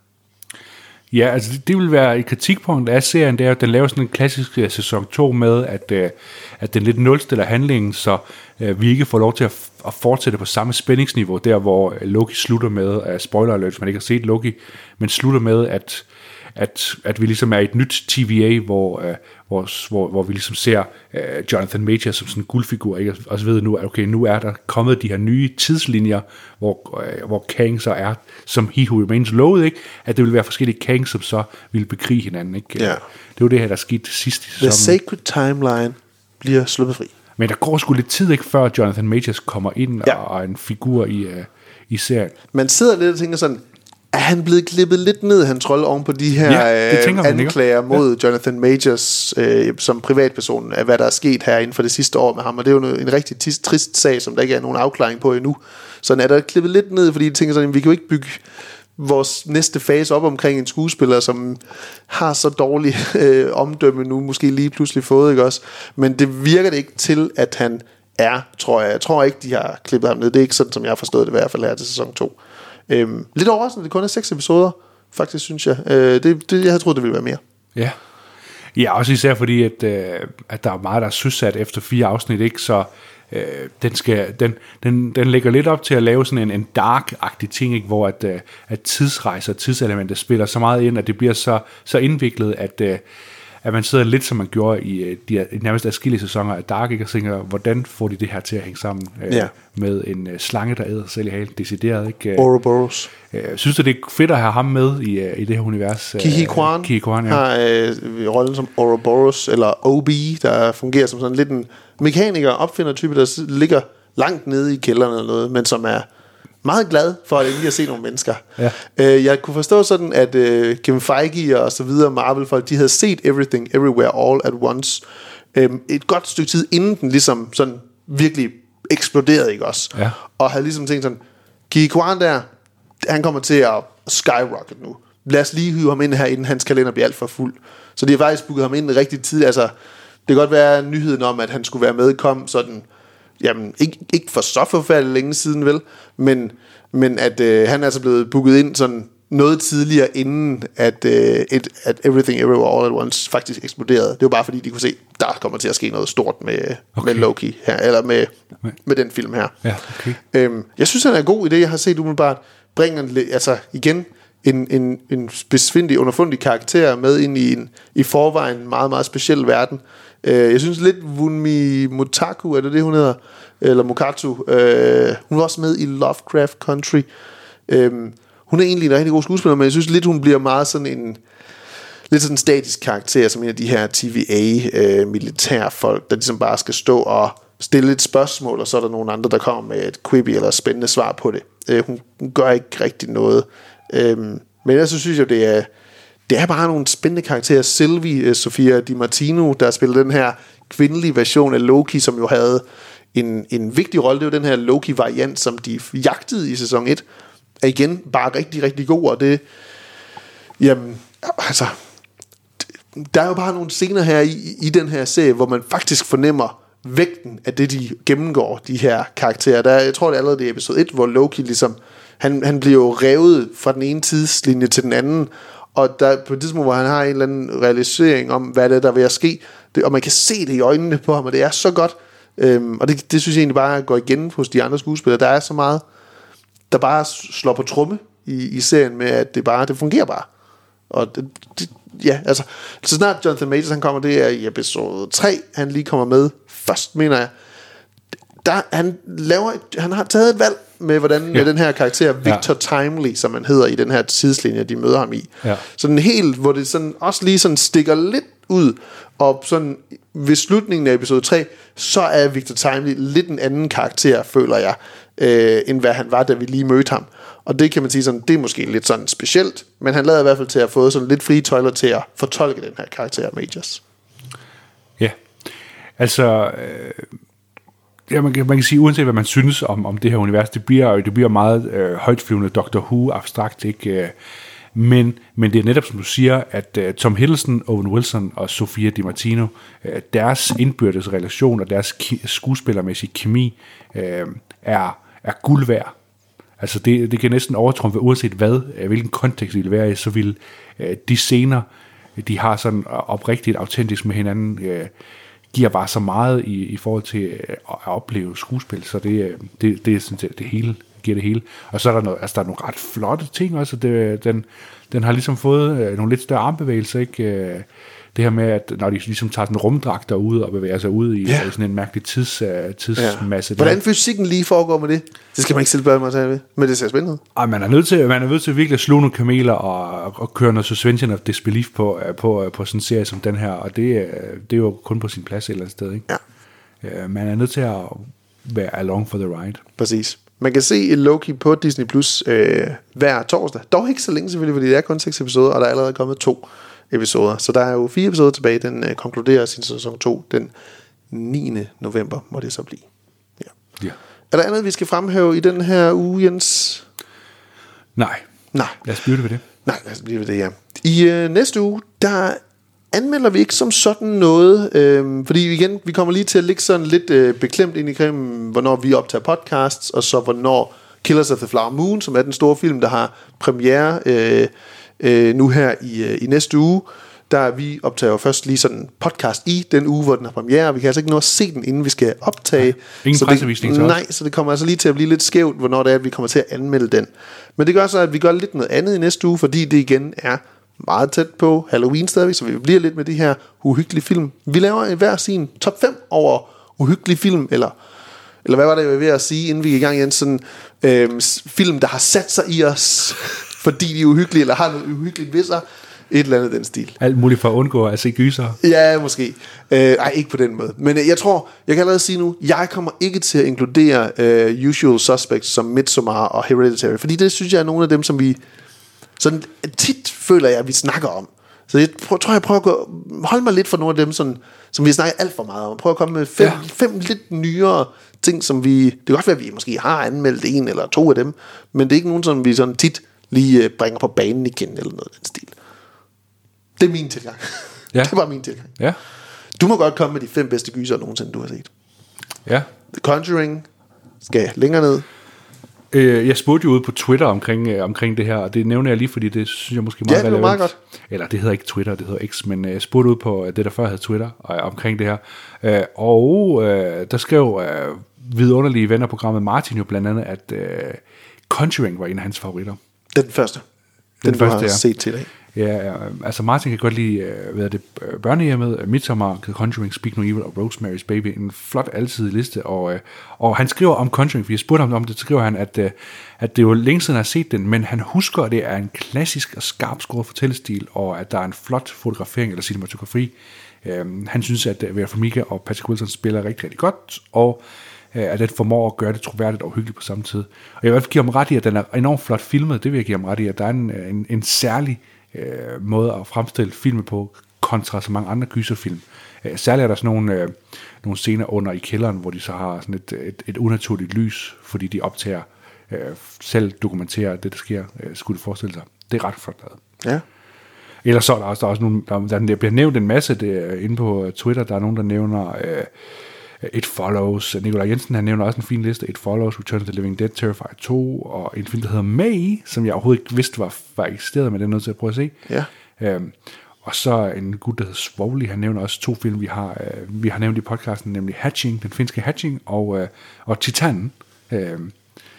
Ja, altså det, det vil være et kritikpunkt af serien, det er, at den laver sådan en klassisk uh, sæson to med, at, uh, at den lidt nulstiller handlingen, så uh, vi ikke får lov til at, f- at fortsætte på samme spændingsniveau, der hvor Loki slutter med, uh, spoiler alert, hvis man ikke har set Loki, men slutter med, at At, at vi ligesom er i et nyt T V A, hvor, uh, hvor, hvor, hvor vi ligesom ser uh, Jonathan Majors som sådan en guldfigur, ikke? Og så ved nu, at okay, nu er der kommet de her nye tidslinjer, hvor, uh, hvor Kang så er, som He Who Remains lovede, ikke? At det vil være forskellige Kang, som så ville bekrige hinanden, ikke? Ja. Det var det her, der skete sidst i sæsonen. The Sacred Timeline bliver sluppet fri. Men der går sgu lidt tid, ikke, før Jonathan Majors kommer ind ja. og er en figur i, uh, i serien. Man sidder lidt og tænker sådan, er han blevet klippet lidt ned, hans rolle oven på de her ja, øh, anklager mod ja. Jonathan Majors øh, som privatperson af hvad der er sket her inden for det sidste år med ham, og det er jo en rigtig tis, trist sag, som der ikke er nogen afklaring på endnu. Sådan er der klippet lidt ned, fordi de tænker sådan, vi kan jo ikke bygge vores næste fase op omkring en skuespiller, som har så dårlig øh, omdømme nu, måske lige pludselig fået, ikke også? Men det virker det ikke til, at han er, tror jeg. Jeg tror ikke, de har klippet ham ned. Det er ikke sådan, som jeg har forstået det i hvert fald her til sæson to. Øhm, lidt overraskende, det kun er seks episoder, faktisk, synes jeg. Øh, det, det, jeg havde troet, det ville være mere. Ja, ja, også især fordi, at, øh, at der er meget, der er søsat efter fire afsnit, ikke? Så øh, den, skal, den, den, den lægger lidt op til at lave sådan en, en dark-agtig ting, ikke? Hvor at, øh, at tidsrejser, tidselementer spiller så meget ind, at det bliver så, så indviklet, at... Øh, at man sidder lidt som man gjorde i de nærmest adskillige sæsoner af Dark, ikke, og tænker, hvordan får de det her til at hænge sammen øh, ja. med en øh, slange, der æder selv i halen, decideret, ikke? Ouroboros. Øh, synes du, det er fedt at have ham med i, øh, i det her univers? Ke Huy Quan, Ke Huy Quan ja. har øh, rollen som Ouroboros, eller O B, der fungerer som sådan lidt en mekaniker, opfinder-type, der ligger langt nede i kælderen eller noget, men som er meget glad for at endelig at se nogle mennesker. Ja. Øh, jeg kunne forstå sådan, at øh, Kevin Feige og så videre, Marvel-folk, de havde set Everything, Everywhere, All at Once, øh, et godt stykke tid, inden den ligesom sådan virkelig eksploderede, ikke også? Ja. Og havde ligesom tænkt sådan, Ke Huy Quan der, han kommer til at skyrocket nu. Lad os lige hive ham ind her, inden hans kalender bliver alt for fuld. Så de har faktisk booket ham ind rigtig tid. Altså, det kan godt være nyheden om, at han skulle være med, kom sådan... Jamen, ikke, ikke for så forfærdeligt længe siden, vel? Men, men at øh, han er altså blevet booket ind sådan noget tidligere, inden at, øh, et, at Everything Everywhere All at Once faktisk eksploderede. Det var bare fordi, de kunne se, der kommer til at ske noget stort med, okay. med Loki her, eller med, med den film her. Ja, okay. øhm, jeg synes, han er en god idé, jeg har set umiddelbart. Bringer altså igen en, en, en besvindig, underfundig karakter med ind i en i forvejen meget, meget speciel verden. Jeg synes lidt Wunmi Motaku, er det det hun hedder, eller Mokatu, øh, hun var også med i Lovecraft Country. øh, Hun er egentlig en rigtig god skuespiller, men jeg synes lidt hun bliver meget sådan en lidt sådan en statisk karakter, som en af de her T V A øh, militærfolk, der ligesom bare skal stå og stille et spørgsmål, og så er der nogle andre, der kommer med et quippy eller spændende svar på det. øh, hun, hun gør ikke rigtig noget, øh, men jeg så synes jeg det er Det er bare nogle spændende karakterer. Sylvie, Sofia Di Martino, der spiller den her kvindelige version af Loki, som jo havde en, en vigtig rolle. Det var den her Loki-variant, som de jagtede i sæson et. Er igen bare rigtig, rigtig god. Og det... Jamen, altså... Der er jo bare nogle scener her i, i den her serie, hvor man faktisk fornemmer vægten af det, de gennemgår, de her karakterer. Der, jeg tror, det er allerede i episode et, hvor Loki ligesom... Han, han bliver jo revet fra den ene tidslinje til den anden, og der på et tidspunkt, hvor han har en eller anden realisering om, hvad det er, der vil ske, det, og man kan se det i øjnene på ham, og det er så godt, øhm, og det, det synes jeg egentlig bare går igen hos de andre skuespillere. Der er så meget, der bare slår på tromme i, i serien med, at det bare, det fungerer bare, og det, det, ja, altså, så snart Jonathan Majors han kommer, det er i episode tre, han lige kommer med først, mener jeg. Der, han, laver et, han har taget et valg med, hvordan, ja. med den her karakter, Victor ja. Timely, som man hedder i den her tidslinje, de møder ham i. Ja. Sådan helt, hvor det sådan, også lige sådan stikker lidt ud, og sådan ved slutningen af episode tre, så er Victor Timely lidt en anden karakter, føler jeg, øh, end hvad han var, da vi lige mødte ham. Og det kan man sige sådan, det er måske lidt sådan specielt, men han lader i hvert fald til at få sådan lidt frie tøjler til at fortolke den her karakter Majors. Ja, altså... Øh Ja, man kan, man kan sige, uanset hvad man synes om, om det her univers, det bliver, det bliver meget øh, højtflyvende Doctor Who, abstrakt, ikke? Øh, men, men det er netop, som du siger, at øh, Tom Hiddleston, Owen Wilson og Sofia Di Martino, øh, deres indbyrdes relation og deres ki- skuespillermæssige kemi øh, er, er guld værd. Altså det, det kan næsten overtrumfe, uanset hvad, øh, hvilken kontekst det vil være i, så vil øh, de scener, de har sådan oprigtigt autentisk med hinanden, øh, giver bare så meget i, i forhold til at opleve skuespil, så det, det, det er sådan det, det hele, giver det hele. Og så er der noget, altså der er nogle ret flotte ting også, det, den, den har ligesom fået nogle lidt større armbevægelser, ikke? Det her med, at når de ligesom tager sådan rumdragter ud og bevæger sig ud i ja. sådan en mærkelig tids, tidsmasse. Ja. Hvordan fysikken lige foregår med det? Det skal man ikke selv børne mig til, men det ser spændende ud. Ej, man er nødt til, man er nødt til virkelig at slå nogle kameler og, og køre noget suspension of disbelief på, på, på sådan en serie som den her, og det, det er jo kun på sin plads et eller andet sted, ikke? Ja. Man er nødt til at være along for the ride. Præcis. Man kan se Loki på Disney Plus øh, hver torsdag. Dog ikke så længe selvfølgelig, fordi det er kun seks episoder, og der er allerede kommet to episoder. Så der er jo fire episoder tilbage. Den øh, konkluderer sin sæson to den niende november, må det så blive. Ja. Ja. Er der andet, vi skal fremhæve i den her uge, Jens? Nej. Nej. Lad os blive ved det. Nej, lad os blive ved det, ja. I øh, næste uge, der anmelder vi ikke som sådan noget, øh, fordi igen, vi kommer lige til at ligge sådan lidt øh, beklemt ind i krimmen, hvornår vi optager podcasts, og så hvornår Killers of the Flower Moon, som er den store film, der har premiere øh, øh, nu her i, øh, i næste uge, der vi optager jo først lige sådan en podcast i den uge, hvor den har premiere, vi kan altså ikke nå at se den, inden vi skal optage. Ja, ingen pressevisning til os. Nej, så det kommer altså lige til at blive lidt skævt, hvornår det er, at vi kommer til at anmelde den. Men det gør så, at vi gør lidt noget andet i næste uge, fordi det igen er meget tæt på Halloween stadigvæk, så vi bliver lidt med de her uhyggelige film. Vi laver en hver sin top fem over uhyggelige film, eller, eller hvad var det, jeg var ved at sige, inden vi gik i gang igen, sådan øh, film, der har sat sig i os, fordi de er uhyggelige, eller har noget uhyggeligt ved sig, et eller andet den stil. Alt muligt for at undgå at se gyser. Ja, måske. Øh, ej, ikke på den måde. Men øh, jeg tror, jeg kan allerede sige nu, jeg kommer ikke til at inkludere øh, Usual Suspects som Midsommar og Hereditary, fordi det synes jeg er nogle af dem, som vi sådan tit føler jeg, at vi snakker om. Så jeg prøver, tror, jeg prøver at gå, holde mig lidt for nogle af dem, sådan, som vi snakker alt for meget om. Prøv at komme med fem, ja. fem lidt nyere ting, som vi... Det kan godt være, at vi måske har anmeldt en eller to af dem, men det er ikke nogen, som vi sådan tit lige bringer på banen igen, eller noget af den stil. Det er min tilgang. Ja. Det er bare min tilgang. Ja. Du må godt komme med de fem bedste gyser nogensinde, du har set. Ja. The Conjuring skal længere ned. Jeg spurgte jo ud på Twitter omkring, øh, omkring det her, og det nævner jeg lige, fordi det synes jeg måske meget ja, det var meget godt. Eller det hedder ikke Twitter, det hedder X, men jeg spurgte ud på det, der før hed Twitter, og, omkring det her. Øh, og øh, der skrev øh, vidunderlige vennerprogrammet Martin jo blandt andet, at øh, Conjuring var en af hans favoritter. Den første. Den, den første, du har ja. set til dig. Ja, altså Martin kan godt lide uh, hvad er det, børnehjemmet, Midsommar, The Conjuring, Speak No Evil og Rosemary's Baby. En flot alsidig liste, og, uh, og han skriver om Conjuring, for jeg spurgte ham om det, så skriver han, at, uh, at det er jo længe siden, han har set den, men han husker, at det er en klassisk og skarp skåret fortællestil, og at der er en flot fotografering eller cinematografi. Uh, han synes, at Vera Farmiga og Patrick Wilson spiller rigtig, rigtig godt, og uh, at det formår at gøre det troværdigt og hyggeligt på samme tid. Og jeg vil give ham ret i, at den er enormt flot filmet, det vil jeg give ham ret i, at der er en, en, en særlig Øh, måde at fremstille filmen på kontra så mange andre gyserfilm. Øh, særligt er der sådan nogle, øh, nogle scener under i kælderen, hvor de så har sådan et, et, et unaturligt lys, fordi de optager, øh, selv dokumenterer det, der sker, øh, skulle det forestille sig. Det er ret flot lavet. Ja. Ellers så er der også, der er også nogle, der, der, der bliver nævnt en masse det, inde på Twitter, der er nogen, der nævner øh, It Follows. Nikolaj Jensen, han nævner også en fin liste. It Follows, Return of the Living Dead, Terrifier to, og en film, der hedder May, som jeg overhovedet ikke vidste var, var eksisteret, men det er nødt til at prøve at se. Ja. Øhm, og så en gut, der hedder Svogli, han nævner også to film, vi har, øh, vi har nævnt i podcasten, nemlig Hatching, den finske Hatching, og, øh, og Titanen. Øhm,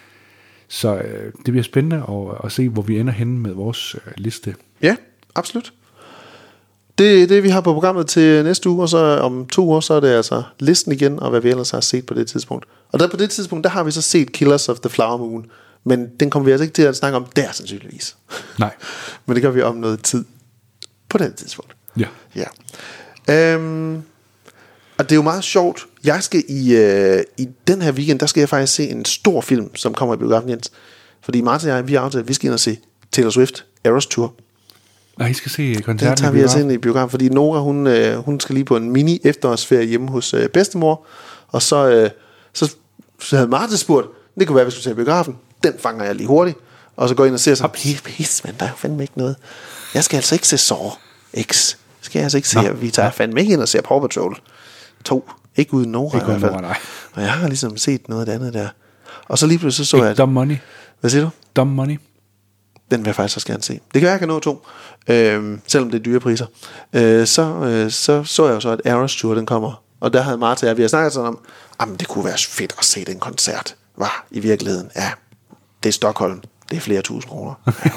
så øh, det bliver spændende at, at se, hvor vi ender henne med vores øh, liste. Ja, absolut. Det er det, vi har på programmet til næste uge, og så om to uger, så er det altså listen igen, og hvad vi ellers har set på det tidspunkt. Og der på det tidspunkt, der har vi så set Killers of the Flower Moon, men den kommer vi altså ikke til at snakke om der, sandsynligvis. Nej. Men det gør vi om noget tid på det tidspunkt. Ja. Ja. Øhm, og det er jo meget sjovt. Jeg skal i, øh, i den her weekend, der skal jeg faktisk se en stor film, som kommer i biografen, Jens. Fordi Martin og jeg, vi har aftalt, at vi skal ind og se Taylor Swift Eras Tour. Nej, I skal se koncerten. Den tager vi altså ind i biografen, fordi Nora, hun, øh, hun skal lige på en mini efterårsferie hjemme hos øh, bedstemor. Og så, øh, så, så havde Martin spurgt, det kunne være, at vi skulle se biografen. Den fanger jeg lige hurtigt. Og så går jeg ind og ser sådan, pis, pis, men der er jo fandme ikke noget. Jeg skal altså ikke se Saw X. Skal jeg altså ikke se, vi tager fandme ikke ind og ser Paw Patrol to. Ikke uden Nora ikke i hvert fald. Nora, nej. Og jeg har ligesom set noget af det andet der. Og så lige pludselig så, så jeg... Dumb Money. Hvad siger du? Dumb Money. Den vil jeg faktisk også gerne se. Det kan være, jeg kan nå to. Øhm, selvom det er dyre priser. Øh, så, øh, så så jeg jo så, at Eras Tour, den kommer. Og der havde Martha og jeg, vi har snakket sådan om, jamen det kunne være fedt at se den koncert. Var i virkeligheden, ja, det er Stockholm. Det er flere tusind kroner. Ja, okay.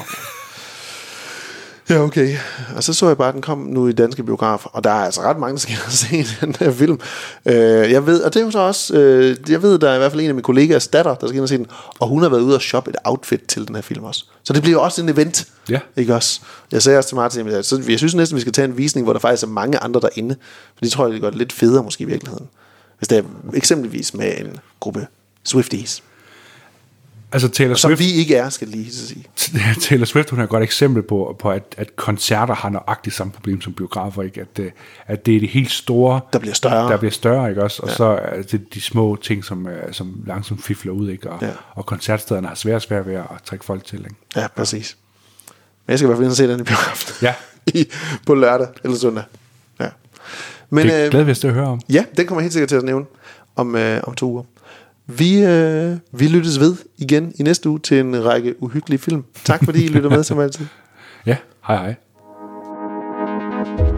Ja, okay. Og så så jeg bare, at den kom nu i danske biografer. Og der er altså ret mange, der skal se den her film. Øh, jeg ved, og det er jo så også, øh, jeg ved, der er i hvert fald en af mine kollegaers datter, der skal ind og se den. Og hun har været ude og shoppe et outfit til den her film også. Så det bliver også en event. Ja. Ikke også? Jeg sagde også til Martin, at så jeg synes næsten, vi skal tage en visning, hvor der faktisk er mange andre derinde. For det tror jeg, det gør det lidt federe måske i virkeligheden. Hvis det er eksempelvis med en gruppe Swifties. Altså Taylor som Swift, vi ikke er, skal lige så sige. Taylor Swift, hun er et godt eksempel på, på at, at koncerter har nøjagtigt samme problem som biografer, ikke? At, at det er de helt store, der bliver større, der bliver større, ikke også? Og ja. Så er det de små ting, som, som langsomt fifler ud, ikke? Og, ja. og koncertstederne har svært svært ved at trække folk til, ikke? Ja, præcis. Men jeg skal i hvert fald ind og se den i biografen. Ja. I, på lørdag eller søndag. Ja. Men, det er glæder vi os til at høre om. Ja, den kommer jeg helt sikkert til at nævne om, øh, om to uger. Vi, øh, vi lyttes ved igen i næste uge til en række uhyggelige film. Tak fordi I lytter med som altid. Ja, hej hej.